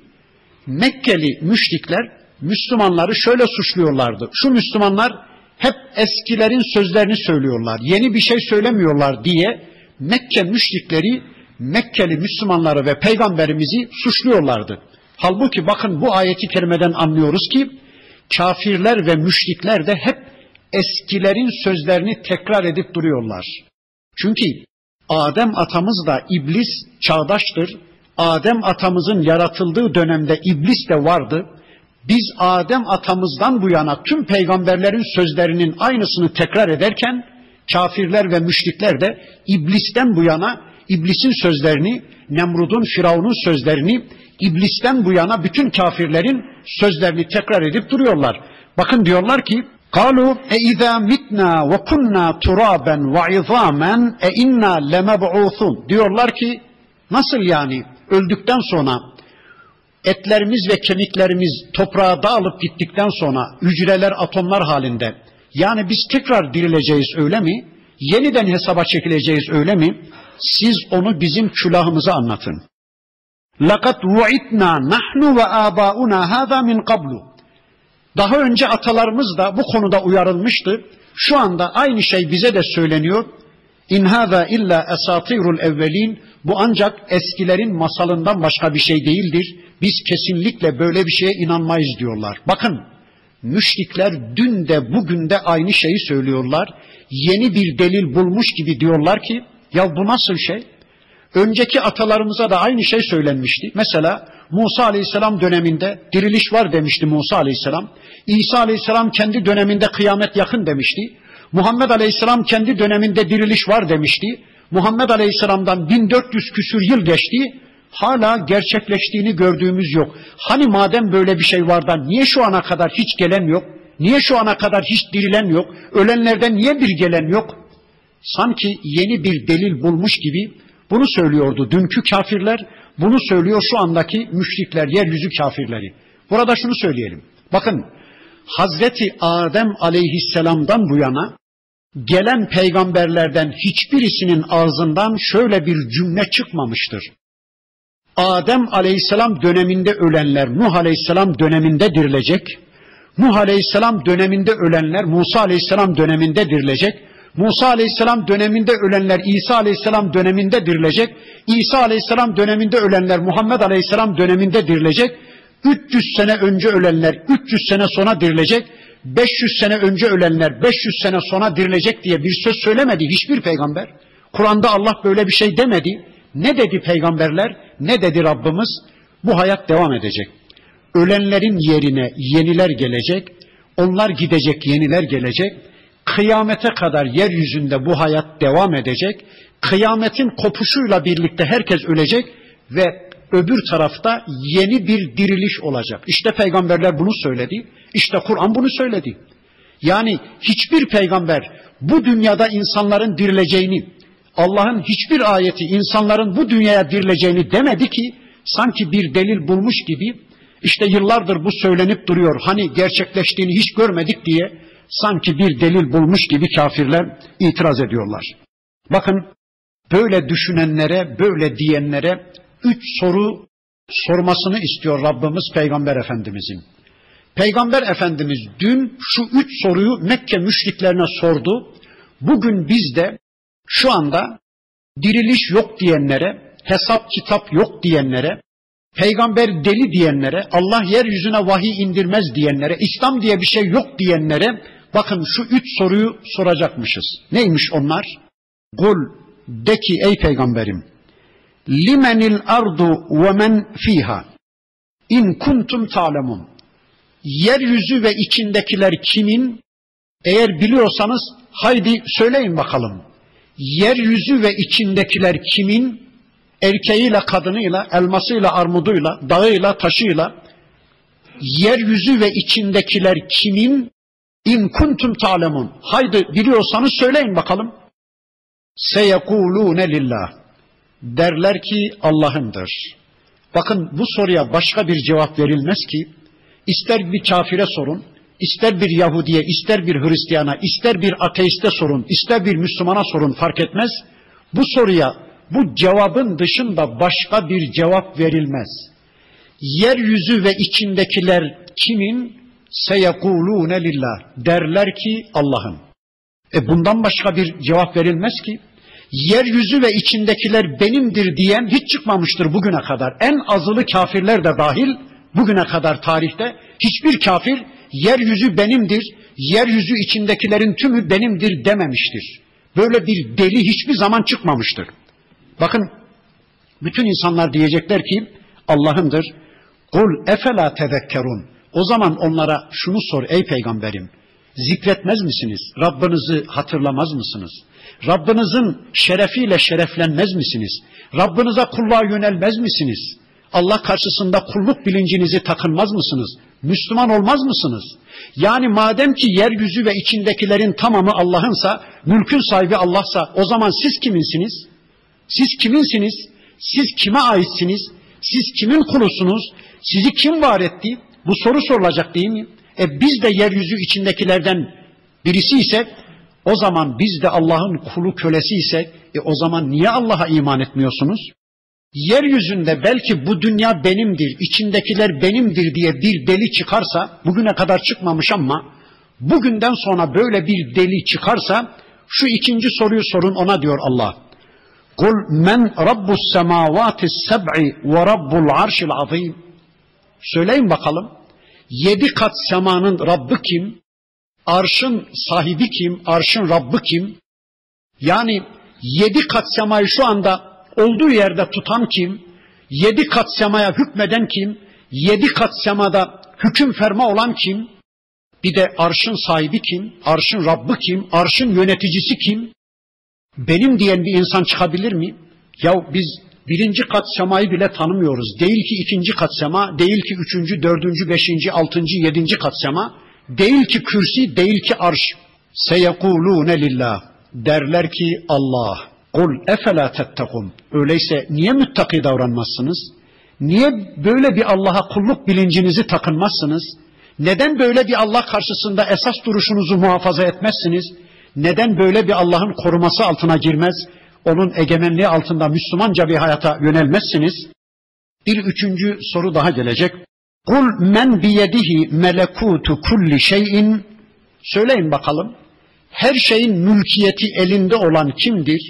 Mekkeli müşrikler Müslümanları şöyle suçluyorlardı. Şu Müslümanlar hep eskilerin sözlerini söylüyorlar. Yeni bir şey söylemiyorlar diye Mekke müşrikleri Mekkeli Müslümanları ve peygamberimizi suçluyorlardı. Halbuki bakın bu ayeti kerimeden anlıyoruz ki kafirler ve müşrikler de hep eskilerin sözlerini tekrar edip duruyorlar. Çünkü Adem atamızla iblis çağdaştır. Adem atamızın yaratıldığı dönemde iblis de vardı. Biz Adem atamızdan bu yana tüm peygamberlerin sözlerinin aynısını tekrar ederken kafirler ve müşrikler de iblisten bu yana iblisin sözlerini, Nemrud'un, Firavun'un sözlerini, iblisten bu yana bütün kafirlerin sözlerini tekrar edip duruyorlar. Bakın diyorlar ki قَالُوا اَاِذَا مِتْنَا وَكُنَّا تُرَابًا وَعِظَامًا اَاِنَّا لَمَبْعُوثُونَ. Diyorlar ki nasıl yani öldükten sonra etlerimiz ve kemiklerimiz toprağa dağılıp gittikten sonra hücreler atomlar halinde yani biz tekrar dirileceğiz öyle mi? Yeniden hesaba çekileceğiz öyle mi? Siz onu bizim külahımıza anlatın. لَقَدْ وُعِدْنَا نَحْنُ وَآبَاؤُنَا هَذَا مِنْ قَبْلُ. Daha önce atalarımız da bu konuda uyarılmıştı. Şu anda aynı şey bize de söyleniyor. İn hâzâ illâ esâtîrul evvelîn. Bu ancak eskilerin masalından başka bir şey değildir. Biz kesinlikle böyle bir şeye inanmayız diyorlar. Bakın müşrikler dün de bugün de aynı şeyi söylüyorlar. Yeni bir delil bulmuş gibi diyorlar ki ya bu nasıl şey? Önceki atalarımıza da aynı şey söylenmişti. Mesela Musa Aleyhisselam döneminde diriliş var demişti Musa Aleyhisselam. İsa Aleyhisselam kendi döneminde kıyamet yakın demişti. Muhammed Aleyhisselam kendi döneminde diriliş var demişti. Muhammed Aleyhisselam'dan 1400 küsür yıl geçti. Hala gerçekleştiğini gördüğümüz yok. Hani madem böyle bir şey var da niye şu ana kadar hiç gelen yok? Niye şu ana kadar hiç dirilen yok? Ölenlerden niye bir gelen yok? Sanki yeni bir delil bulmuş gibi bunu söylüyordu dünkü kafirler. Bunu söylüyor şu andaki müşrikler, yeryüzü kafirleri. Burada şunu söyleyelim. Bakın Hazreti Adem Aleyhisselam'dan bu yana gelen peygamberlerden hiçbirisinin ağzından şöyle bir cümle çıkmamıştır. Adem Aleyhisselam döneminde ölenler Nuh Aleyhisselam döneminde dirilecek. Nuh Aleyhisselam döneminde ölenler Musa Aleyhisselam döneminde dirilecek. Musa Aleyhisselam döneminde ölenler İsa Aleyhisselam döneminde dirilecek. İsa Aleyhisselam döneminde ölenler Muhammed Aleyhisselam döneminde dirilecek. 300 sene önce ölenler 300 sene sonra dirilecek. 500 sene önce ölenler 500 sene sonra dirilecek diye bir söz söylemedi hiçbir peygamber. Kur'an'da Allah böyle bir şey demedi. Ne dedi peygamberler? Ne dedi Rabbimiz? Bu hayat devam edecek. Ölenlerin yerine yeniler gelecek. Onlar gidecek, yeniler gelecek. Kıyamete kadar yeryüzünde bu hayat devam edecek. Kıyametin kopuşuyla birlikte herkes ölecek ve öbür tarafta yeni bir diriliş olacak. İşte peygamberler bunu söyledi. İşte Kur'an bunu söyledi. Yani hiçbir peygamber bu dünyada insanların dirileceğini, Allah'ın hiçbir ayeti insanların bu dünyaya dirileceğini demedi ki sanki bir delil bulmuş gibi işte yıllardır bu söylenip duruyor. Hani gerçekleştiğini hiç görmedik diye sanki bir delil bulmuş gibi kafirler itiraz ediyorlar. Bakın böyle düşünenlere, böyle diyenlere 3 soru sormasını istiyor Rabbimiz Peygamber Efendimizin. Peygamber Efendimiz dün şu 3 soruyu Mekke müşriklerine sordu. Bugün biz de şu anda diriliş yok diyenlere, hesap kitap yok diyenlere, peygamber deli diyenlere, Allah yeryüzüne vahiy indirmez diyenlere, İslam diye bir şey yok diyenlere bakın şu 3 soruyu soracakmışız. Neymiş onlar? Kul de ki ey peygamberim, limenil ardu ve men fiha in kuntum ta'lemun. Yeryüzü ve içindekiler kimin? Eğer biliyorsanız haydi söyleyin bakalım. Yeryüzü ve içindekiler kimin? Erkeğiyle, kadınıyla, elmasıyla, armuduyla, dağıyla, taşıyla. Yeryüzü ve içindekiler kimin? İn kuntum ta'lemun. Haydi biliyorsanız söyleyin bakalım. seyekulûne lillah. Derler ki Allah'ındır. Bakın bu soruya başka bir cevap verilmez ki, ister bir kafire sorun, ister bir Yahudiye, ister bir Hristiyana, ister bir ateiste sorun, ister bir Müslümana sorun, fark etmez. Bu soruya bu cevabın dışında başka bir cevap verilmez. Yeryüzü ve içindekiler kimin? Seyekulûne lillah. Derler ki Allah'ın. Bundan başka bir cevap verilmez ki. Yeryüzü ve içindekiler benimdir diyen hiç çıkmamıştır bugüne kadar. En azılı kafirler de dahil bugüne kadar tarihte hiçbir kafir yeryüzü benimdir, yeryüzü içindekilerin tümü benimdir dememiştir. Böyle bir deli hiçbir zaman çıkmamıştır. Bakın bütün insanlar diyecekler ki Allah'ındır. Kul efela tezekkerun. O zaman onlara şunu sor ey peygamberim. Zikretmez misiniz? Rabbinizi hatırlamaz mısınız? Rabbinizin şerefiyle şereflenmez misiniz? Rabbinize kulluğa yönelmez misiniz? Allah karşısında kulluk bilincinizi takınmaz mısınız? Müslüman olmaz mısınız? Yani madem ki yeryüzü ve içindekilerin tamamı Allah'ınsa, mülkün sahibi Allah'sa o zaman siz kiminsiniz? Siz kiminsiniz? Siz kime aitsiniz? Siz kimin kulusunuz? Sizi kim var etti? Bu soru sorulacak değil mi? Biz de yeryüzü içindekilerden birisi isek, o zaman biz de Allah'ın kulu kölesi isek, o zaman niye Allah'a iman etmiyorsunuz? Yeryüzünde belki bu dünya benimdir, içindekiler benimdir diye bir deli çıkarsa, bugüne kadar çıkmamış ama bugünden sonra böyle bir deli çıkarsa, şu ikinci soruyu sorun ona diyor Allah. Kul men rabbus semavati seb'i ve rabbul arşil azim. Söyleyin bakalım. 7 kat semanın Rabbi kim? Arşın sahibi kim? Arşın Rabbi kim? Yani 7 kat semayı şu anda olduğu yerde tutan kim? 7 kat semaya hükmeden kim? 7 kat semada hüküm ferma olan kim? Bir de arşın sahibi kim? Arşın Rabbi kim? Arşın yöneticisi kim? Benim diyen bir insan çıkabilir mi? Ya biz 1. kat semayı bile tanımıyoruz. Değil ki 2. kat sema, değil ki 3., 4., 5., 6., 7. kat sema, değil ki kürsi, değil ki arş. Seyekulûne lillah. Derler ki Allah. Kul efela tettekun. Öyleyse niye müttaki davranmazsınız? Niye böyle bir Allah'a kulluk bilincinizi takınmazsınız? Neden böyle bir Allah karşısında esas duruşunuzu muhafaza etmezsiniz? Neden böyle bir Allah'ın koruması altına girmez? Onun egemenliği altında Müslümanca bir hayata yönelmezsiniz. Bir üçüncü soru daha gelecek. Kul men biyedihi melekutu kulli şeyin. Söyleyin bakalım. Her şeyin mülkiyeti elinde olan kimdir?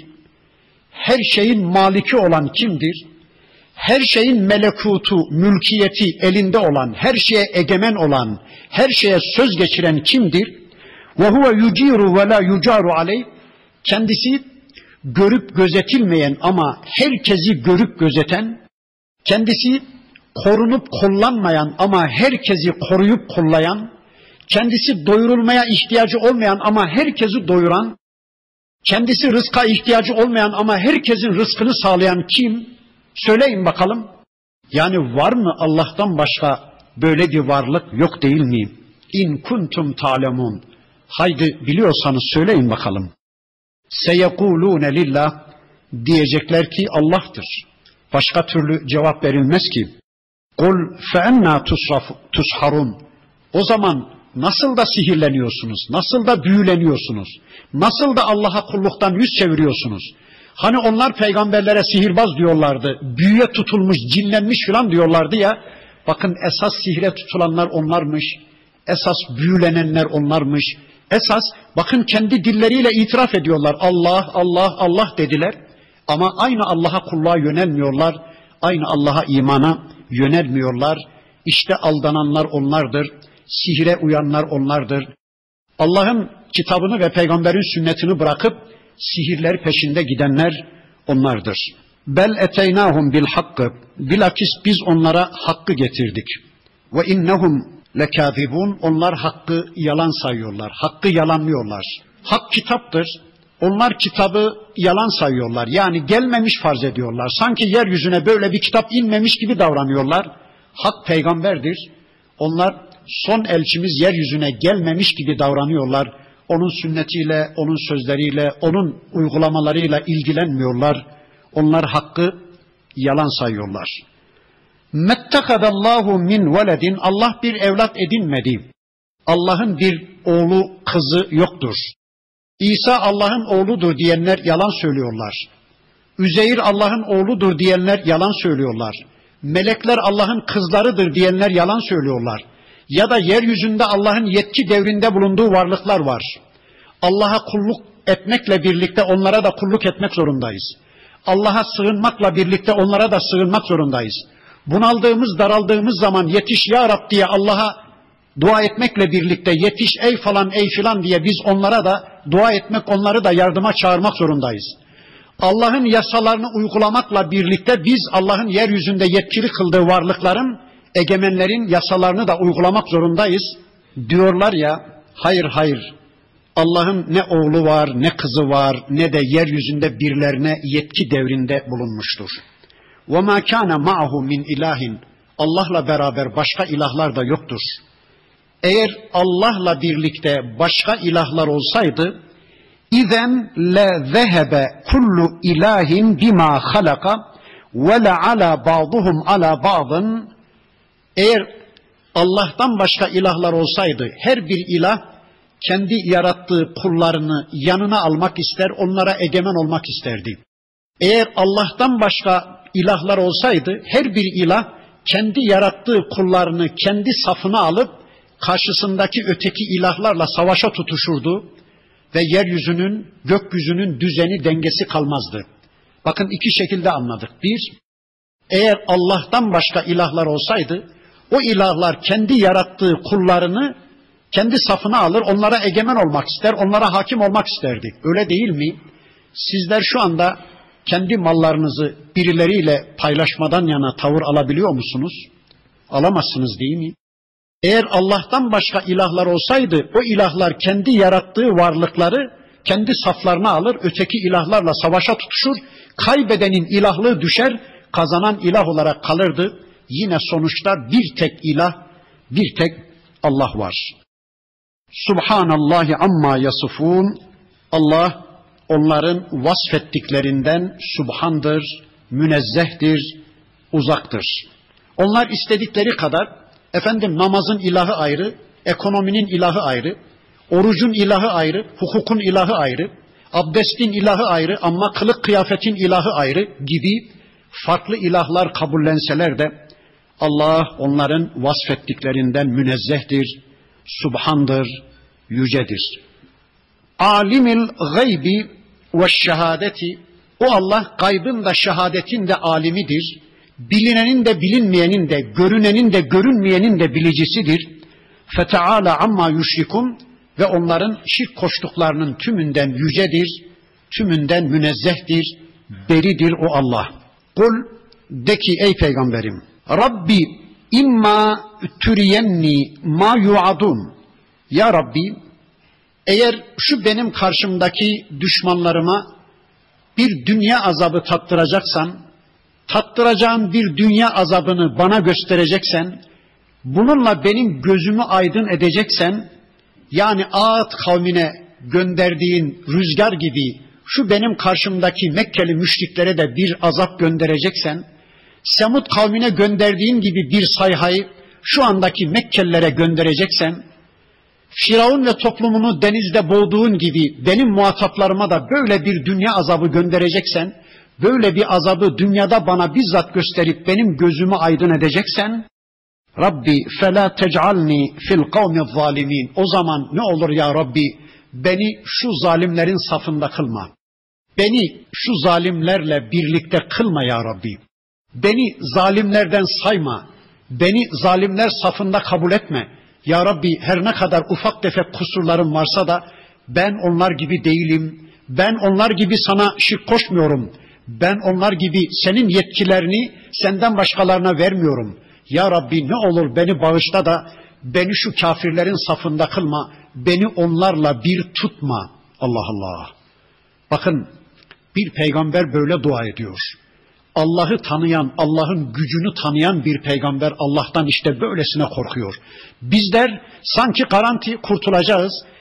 Her şeyin maliki olan kimdir? Her şeyin melekutu, mülkiyeti elinde olan, her şeye egemen olan, her şeye söz geçiren kimdir? Ve huve yuciru ve la yucaru aleyh. Kendisi görüp gözetilmeyen ama herkesi görüp gözeten, kendisi korunup kollanmayan ama herkesi koruyup kollayan, kendisi doyurulmaya ihtiyacı olmayan ama herkesi doyuran, kendisi rızka ihtiyacı olmayan ama herkesin rızkını sağlayan kim? Söyleyin bakalım. Yani var mı Allah'tan başka böyle bir varlık yok değil mi? İn kuntum ta'lemun. Haydi biliyorsanız söyleyin bakalım. Seyekulûne lillah. Diyecekler ki Allah'tır. Başka türlü cevap verilmez ki. Kul feennâ tusharun. O zaman nasıl da sihirleniyorsunuz? Nasıl da büyüleniyorsunuz? Nasıl da Allah'a kulluktan yüz çeviriyorsunuz? Hani onlar peygamberlere sihirbaz diyorlardı, büyüye tutulmuş, cinlenmiş filan diyorlardı ya. Bakın esas sihre tutulanlar onlarmış, esas büyülenenler onlarmış. Esas bakın kendi dilleriyle itiraf ediyorlar. Allah, Allah, Allah dediler. Ama aynı Allah'a kulluğa yönelmiyorlar. Aynı Allah'a imana yönelmiyorlar. İşte aldananlar onlardır. Sihre uyanlar onlardır. Allah'ın kitabını ve peygamberin sünnetini bırakıp sihirler peşinde gidenler onlardır. Bel eteynahum bil hakkı. Bilakis biz onlara hakkı getirdik. Ve innehum lekâzibûn. Onlar hakkı yalan sayıyorlar. Hakkı yalanlıyorlar. Hak kitaptır. Onlar kitabı yalan sayıyorlar. Yani gelmemiş farz ediyorlar. Sanki yeryüzüne böyle bir kitap inmemiş gibi davranıyorlar. Hak peygamberdir. Onlar son elçimiz yeryüzüne gelmemiş gibi davranıyorlar. onun sünnetiyle, onun sözleriyle, onun uygulamalarıyla ilgilenmiyorlar. Onlar hakkı yalan sayıyorlar. Mettekadallahu min veledin, Allah bir evlat edinmedi. Allah'ın bir oğlu, kızı yoktur. İsa Allah'ın oğludur diyenler yalan söylüyorlar. Üzeyir Allah'ın oğludur diyenler yalan söylüyorlar. Melekler Allah'ın kızlarıdır diyenler yalan söylüyorlar. Ya da yeryüzünde Allah'ın yetki devrinde bulunduğu varlıklar var. Allah'a kulluk etmekle birlikte onlara da kulluk etmek zorundayız. Allah'a sığınmakla birlikte onlara da sığınmak zorundayız. Bunaldığımız, daraldığımız zaman yetiş ya Rab diye Allah'a dua etmekle birlikte yetiş ey falan ey filan diye biz onlara da dua etmek, onları da yardıma çağırmak zorundayız. Allah'ın yasalarını uygulamakla birlikte biz Allah'ın yeryüzünde yetkili kıldığı varlıkların, egemenlerin yasalarını da uygulamak zorundayız. Diyorlar ya, hayır, Allah'ın ne oğlu var, ne kızı var, ne de yeryüzünde birilerine yetki devrinde bulunmuştur. وَمَا كَانَ مَعَهُ مِنْ اِلَٰهٍ, Allah'la beraber başka ilahlar da yoktur. Eğer Allah'la birlikte başka ilahlar olsaydı, اِذَنْ لَذَهَبَ كُلُّ اِلَٰهٍ بِمَا خَلَقَ وَلَعَلَى بَعْضُهُمْ عَلَى بَعْضٍ, eğer Allah'tan başka ilahlar olsaydı, her bir ilah kendi yarattığı kullarını yanına almak ister, onlara egemen olmak isterdi. Eğer Allah'tan başka ilahlar olsaydı, her bir ilah kendi yarattığı kullarını kendi safına alıp karşısındaki öteki ilahlarla savaşa tutuşurdu ve yeryüzünün, gökyüzünün düzeni, dengesi kalmazdı. Bakın iki şekilde anladık. Bir, eğer Allah'tan başka ilahlar olsaydı, o ilahlar kendi yarattığı kullarını kendi safına alır, onlara egemen olmak ister, onlara hakim olmak isterdi. Öyle değil mi? Sizler şu anda kendi mallarınızı birileriyle paylaşmadan yana tavır alabiliyor musunuz? Alamazsınız değil mi? Eğer Allah'tan başka ilahlar olsaydı, o ilahlar kendi yarattığı varlıkları kendi saflarına alır, öteki ilahlarla savaşa tutuşur, kaybedenin ilahlığı düşer, kazanan ilah olarak kalırdı. Yine sonuçta bir tek ilah, bir tek Allah var. Subhanallahi amma yasifun, Allah onların vasfettiklerinden subhandır, münezzehtir, uzaktır. Onlar istedikleri kadar, namazın ilahı ayrı, ekonominin ilahı ayrı, orucun ilahı ayrı, hukukun ilahı ayrı, abdestin ilahı ayrı ama kılık kıyafetin ilahı ayrı gibi farklı ilahlar kabullenseler de Allah onların vasfettiklerinden münezzehtir, subhandır, yücedir. Alimil gaybi ve şehadeti, o Allah gaybın da şehadetin de alimidir. Bilinenin de bilinmeyenin de, görünenin de görünmeyenin de bilicisidir. Feteala amma yüşrikun, ve onların şirk koştuklarının tümünden yücedir, tümünden münezzehtir, beridir o Allah. Kul, de ki ey peygamberim, Rabbi imma türiyenni ma yuadun. Ya Rabbi, eğer şu benim karşımdaki düşmanlarıma bir dünya azabı tattıracaksan, tattıracağın bir dünya azabını bana göstereceksen, bununla benim gözümü aydın edeceksen, yani Ağat kavmine gönderdiğin rüzgar gibi şu benim karşımdaki Mekkeli müşriklere de bir azap göndereceksen, Semud kavmine gönderdiğin gibi bir sayhayı şu andaki Mekkelilere göndereceksen, Firavun ve toplumunu denizde boğduğun gibi benim muhataplarıma da böyle bir dünya azabı göndereceksen, böyle bir azabı dünyada bana bizzat gösterip benim gözümü aydın edeceksen, Rabbi fela tec'alni fil kavmi zalimin. O zaman ne olur ya Rabbi, beni şu zalimlerin safında kılma. Beni şu zalimlerle birlikte kılma ya Rabbi. Beni zalimlerden sayma. Beni zalimler safında kabul etme. Ya Rabbi, her ne kadar ufak tefek kusurlarım varsa da ben onlar gibi değilim. Ben onlar gibi sana şirk koşmuyorum. Ben onlar gibi senin yetkilerini senden başkalarına vermiyorum. Ya Rabbi, ne olur beni bağışla da beni şu kafirlerin safında kılma. Beni onlarla bir tutma. Allah Allah. Bakın, bir peygamber böyle dua ediyor. Allah'ı tanıyan, Allah'ın gücünü tanıyan bir peygamber Allah'tan işte böylesine korkuyor. Bizler sanki garanti kurtulacağız.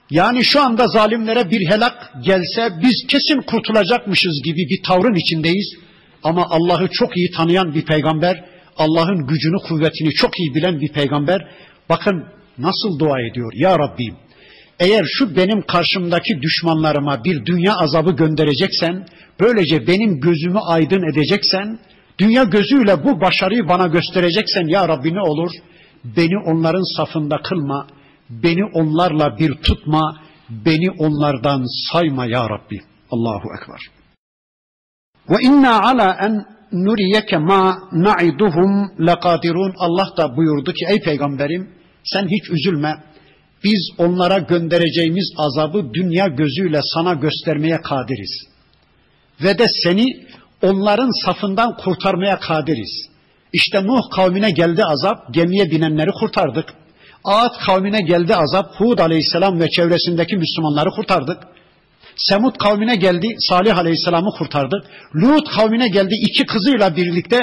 Yani şu anda zalimlere bir helak gelse biz kesin kurtulacakmışız gibi bir tavrın içindeyiz. Ama Allah'ı çok iyi tanıyan bir peygamber, Allah'ın gücünü, kuvvetini çok iyi bilen bir peygamber, bakın nasıl dua ediyor. Ya Rabbim, eğer şu benim karşımdaki düşmanlarıma bir dünya azabı göndereceksen, böylece benim gözümü aydın edeceksen, dünya gözüyle bu başarıyı bana göstereceksen ya Rabbi ne olur? Beni onların safında kılma, beni onlarla bir tutma, beni onlardan sayma ya Rabbi. Allahu Ekber. Ve inna ala en nuriyeke ma na'iduhum lekadirun. Allah da buyurdu ki ey peygamberim sen hiç üzülme. Biz onlara göndereceğimiz azabı dünya gözüyle sana göstermeye kadiriz. Ve de seni onların safından kurtarmaya kadiriz. İşte Nuh kavmine geldi azap, gemiye binenleri kurtardık. Ad kavmine geldi azap, Hud aleyhisselam ve çevresindeki Müslümanları kurtardık. Semud kavmine geldi, Salih aleyhisselamı kurtardık. Lut kavmine geldi, 2 kızıyla birlikte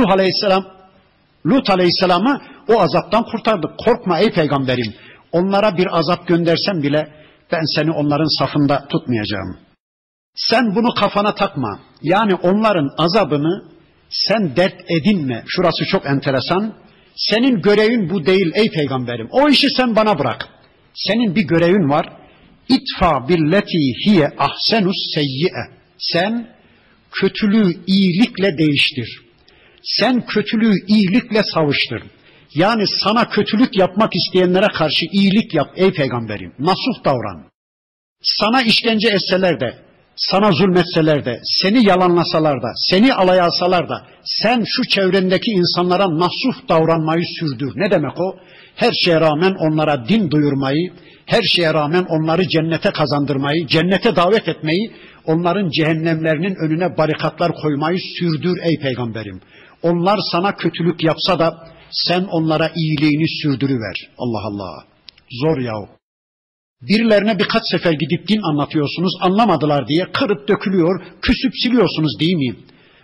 Lut aleyhisselamı o azaptan kurtardık. Korkma ey peygamberim, onlara bir azap göndersem bile ben seni onların safında tutmayacağım. Sen bunu kafana takma. Yani onların azabını sen dert edinme. Şurası çok enteresan. Senin görevin bu değil ey peygamberim. O işi sen bana bırak. Senin bir görevin var. İtfa billeti hiye ahsenus seyyi'e. Sen kötülüğü iyilikle değiştir. Sen kötülüğü iyilikle savuştur. Yani sana kötülük yapmak isteyenlere karşı iyilik yap ey peygamberim. Nasuh davran. Sana işkence etseler de, sana zulmetseler de, seni yalanlasalar da, seni alaya alsalar da, sen şu çevrendeki insanlara nasuh davranmayı sürdür. Ne demek o? Her şeye rağmen onlara din duyurmayı, her şeye rağmen onları cennete kazandırmayı, cennete davet etmeyi, onların cehennemlerinin önüne barikatlar koymayı sürdür ey peygamberim. Onlar sana kötülük yapsa da sen onlara iyiliğini sürdürüver. Allah Allah. Zor yahu. Birilerine birkaç sefer gidip din anlatıyorsunuz, anlamadılar diye kırıp dökülüyor, küsüp siliyorsunuz değil mi?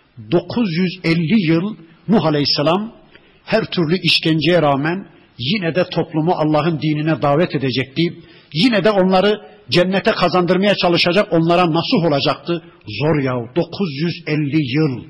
950 yıl Nuh Aleyhisselam her türlü işkenceye rağmen yine de toplumu Allah'ın dinine davet edecekti. Yine de onları cennete kazandırmaya çalışacak, onlara nasuh olacaktı. Zor yahu, 950 yıl.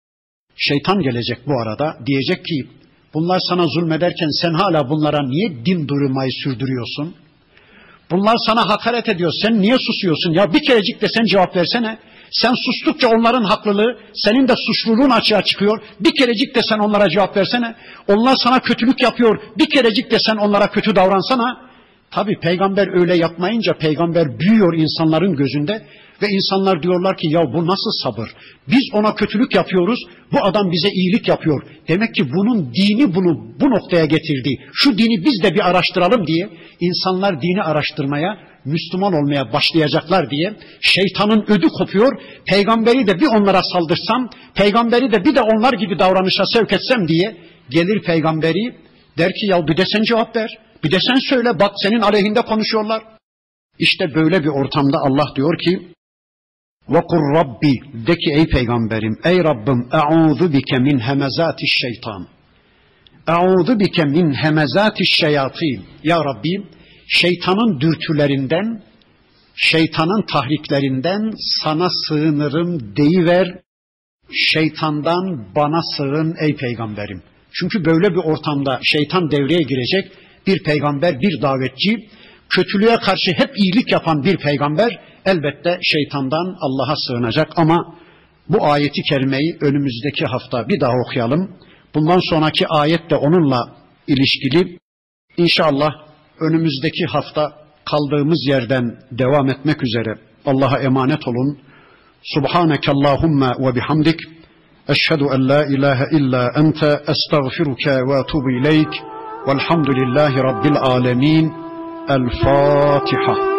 Şeytan gelecek bu arada, diyecek ki bunlar sana zulmederken sen hala bunlara niye din duyurmayı sürdürüyorsun? Bunlar sana hakaret ediyor, sen niye susuyorsun? Ya bir kerecik de sen cevap versene. Sen sustukça onların haklılığı, senin de suçluluğun açığa çıkıyor. Bir kerecik de sen onlara cevap versene. Onlar sana kötülük yapıyor, bir kerecik de sen onlara kötü davransana. Tabi peygamber öyle yapmayınca peygamber büyüyor insanların gözünde. Ve insanlar diyorlar ki ya bu nasıl sabır? Biz ona kötülük yapıyoruz, bu adam bize iyilik yapıyor. Demek ki bunun dini bunu bu noktaya getirdi. Şu dini biz de bir araştıralım diye insanlar dini araştırmaya, Müslüman olmaya başlayacaklar diye şeytanın ödü kopuyor. Peygamberi de bir onlara saldırsam, peygamberi de bir de onlar gibi davranışa sevk etsem diye gelir peygamberi der ki ya bir de sen cevap ver, bir de sen söyle, bak senin aleyhinde konuşuyorlar. İşte böyle bir ortamda Allah diyor ki وَقُلْ Rabbi, de ki ey peygamberim, ey Rabbim, e'ûzu bike min hemezâtiş şeytan. E'ûzu bike min hemezâtiş şeyatîn. Ya Rabbi, şeytanın dürtülerinden, şeytanın tahriklerinden sana sığınırım deyiver. Şeytandan bana sığın ey peygamberim. Çünkü böyle bir ortamda şeytan devreye girecek. Bir peygamber, bir davetçi, kötülüğe karşı hep iyilik yapan bir peygamber elbette şeytandan Allah'a sığınacak. Ama bu ayeti kerimeyi önümüzdeki hafta bir daha okuyalım. Bundan sonraki ayet de onunla ilişkili. İnşallah önümüzdeki hafta kaldığımız yerden devam etmek üzere. Allah'a emanet olun. Subhaneke Allahumma ve bihamdik. Eşhedü en la ilahe illa ente estağfiruke ve etubu ileyk. Velhamdülillahi Rabbil alemin. El Fatiha.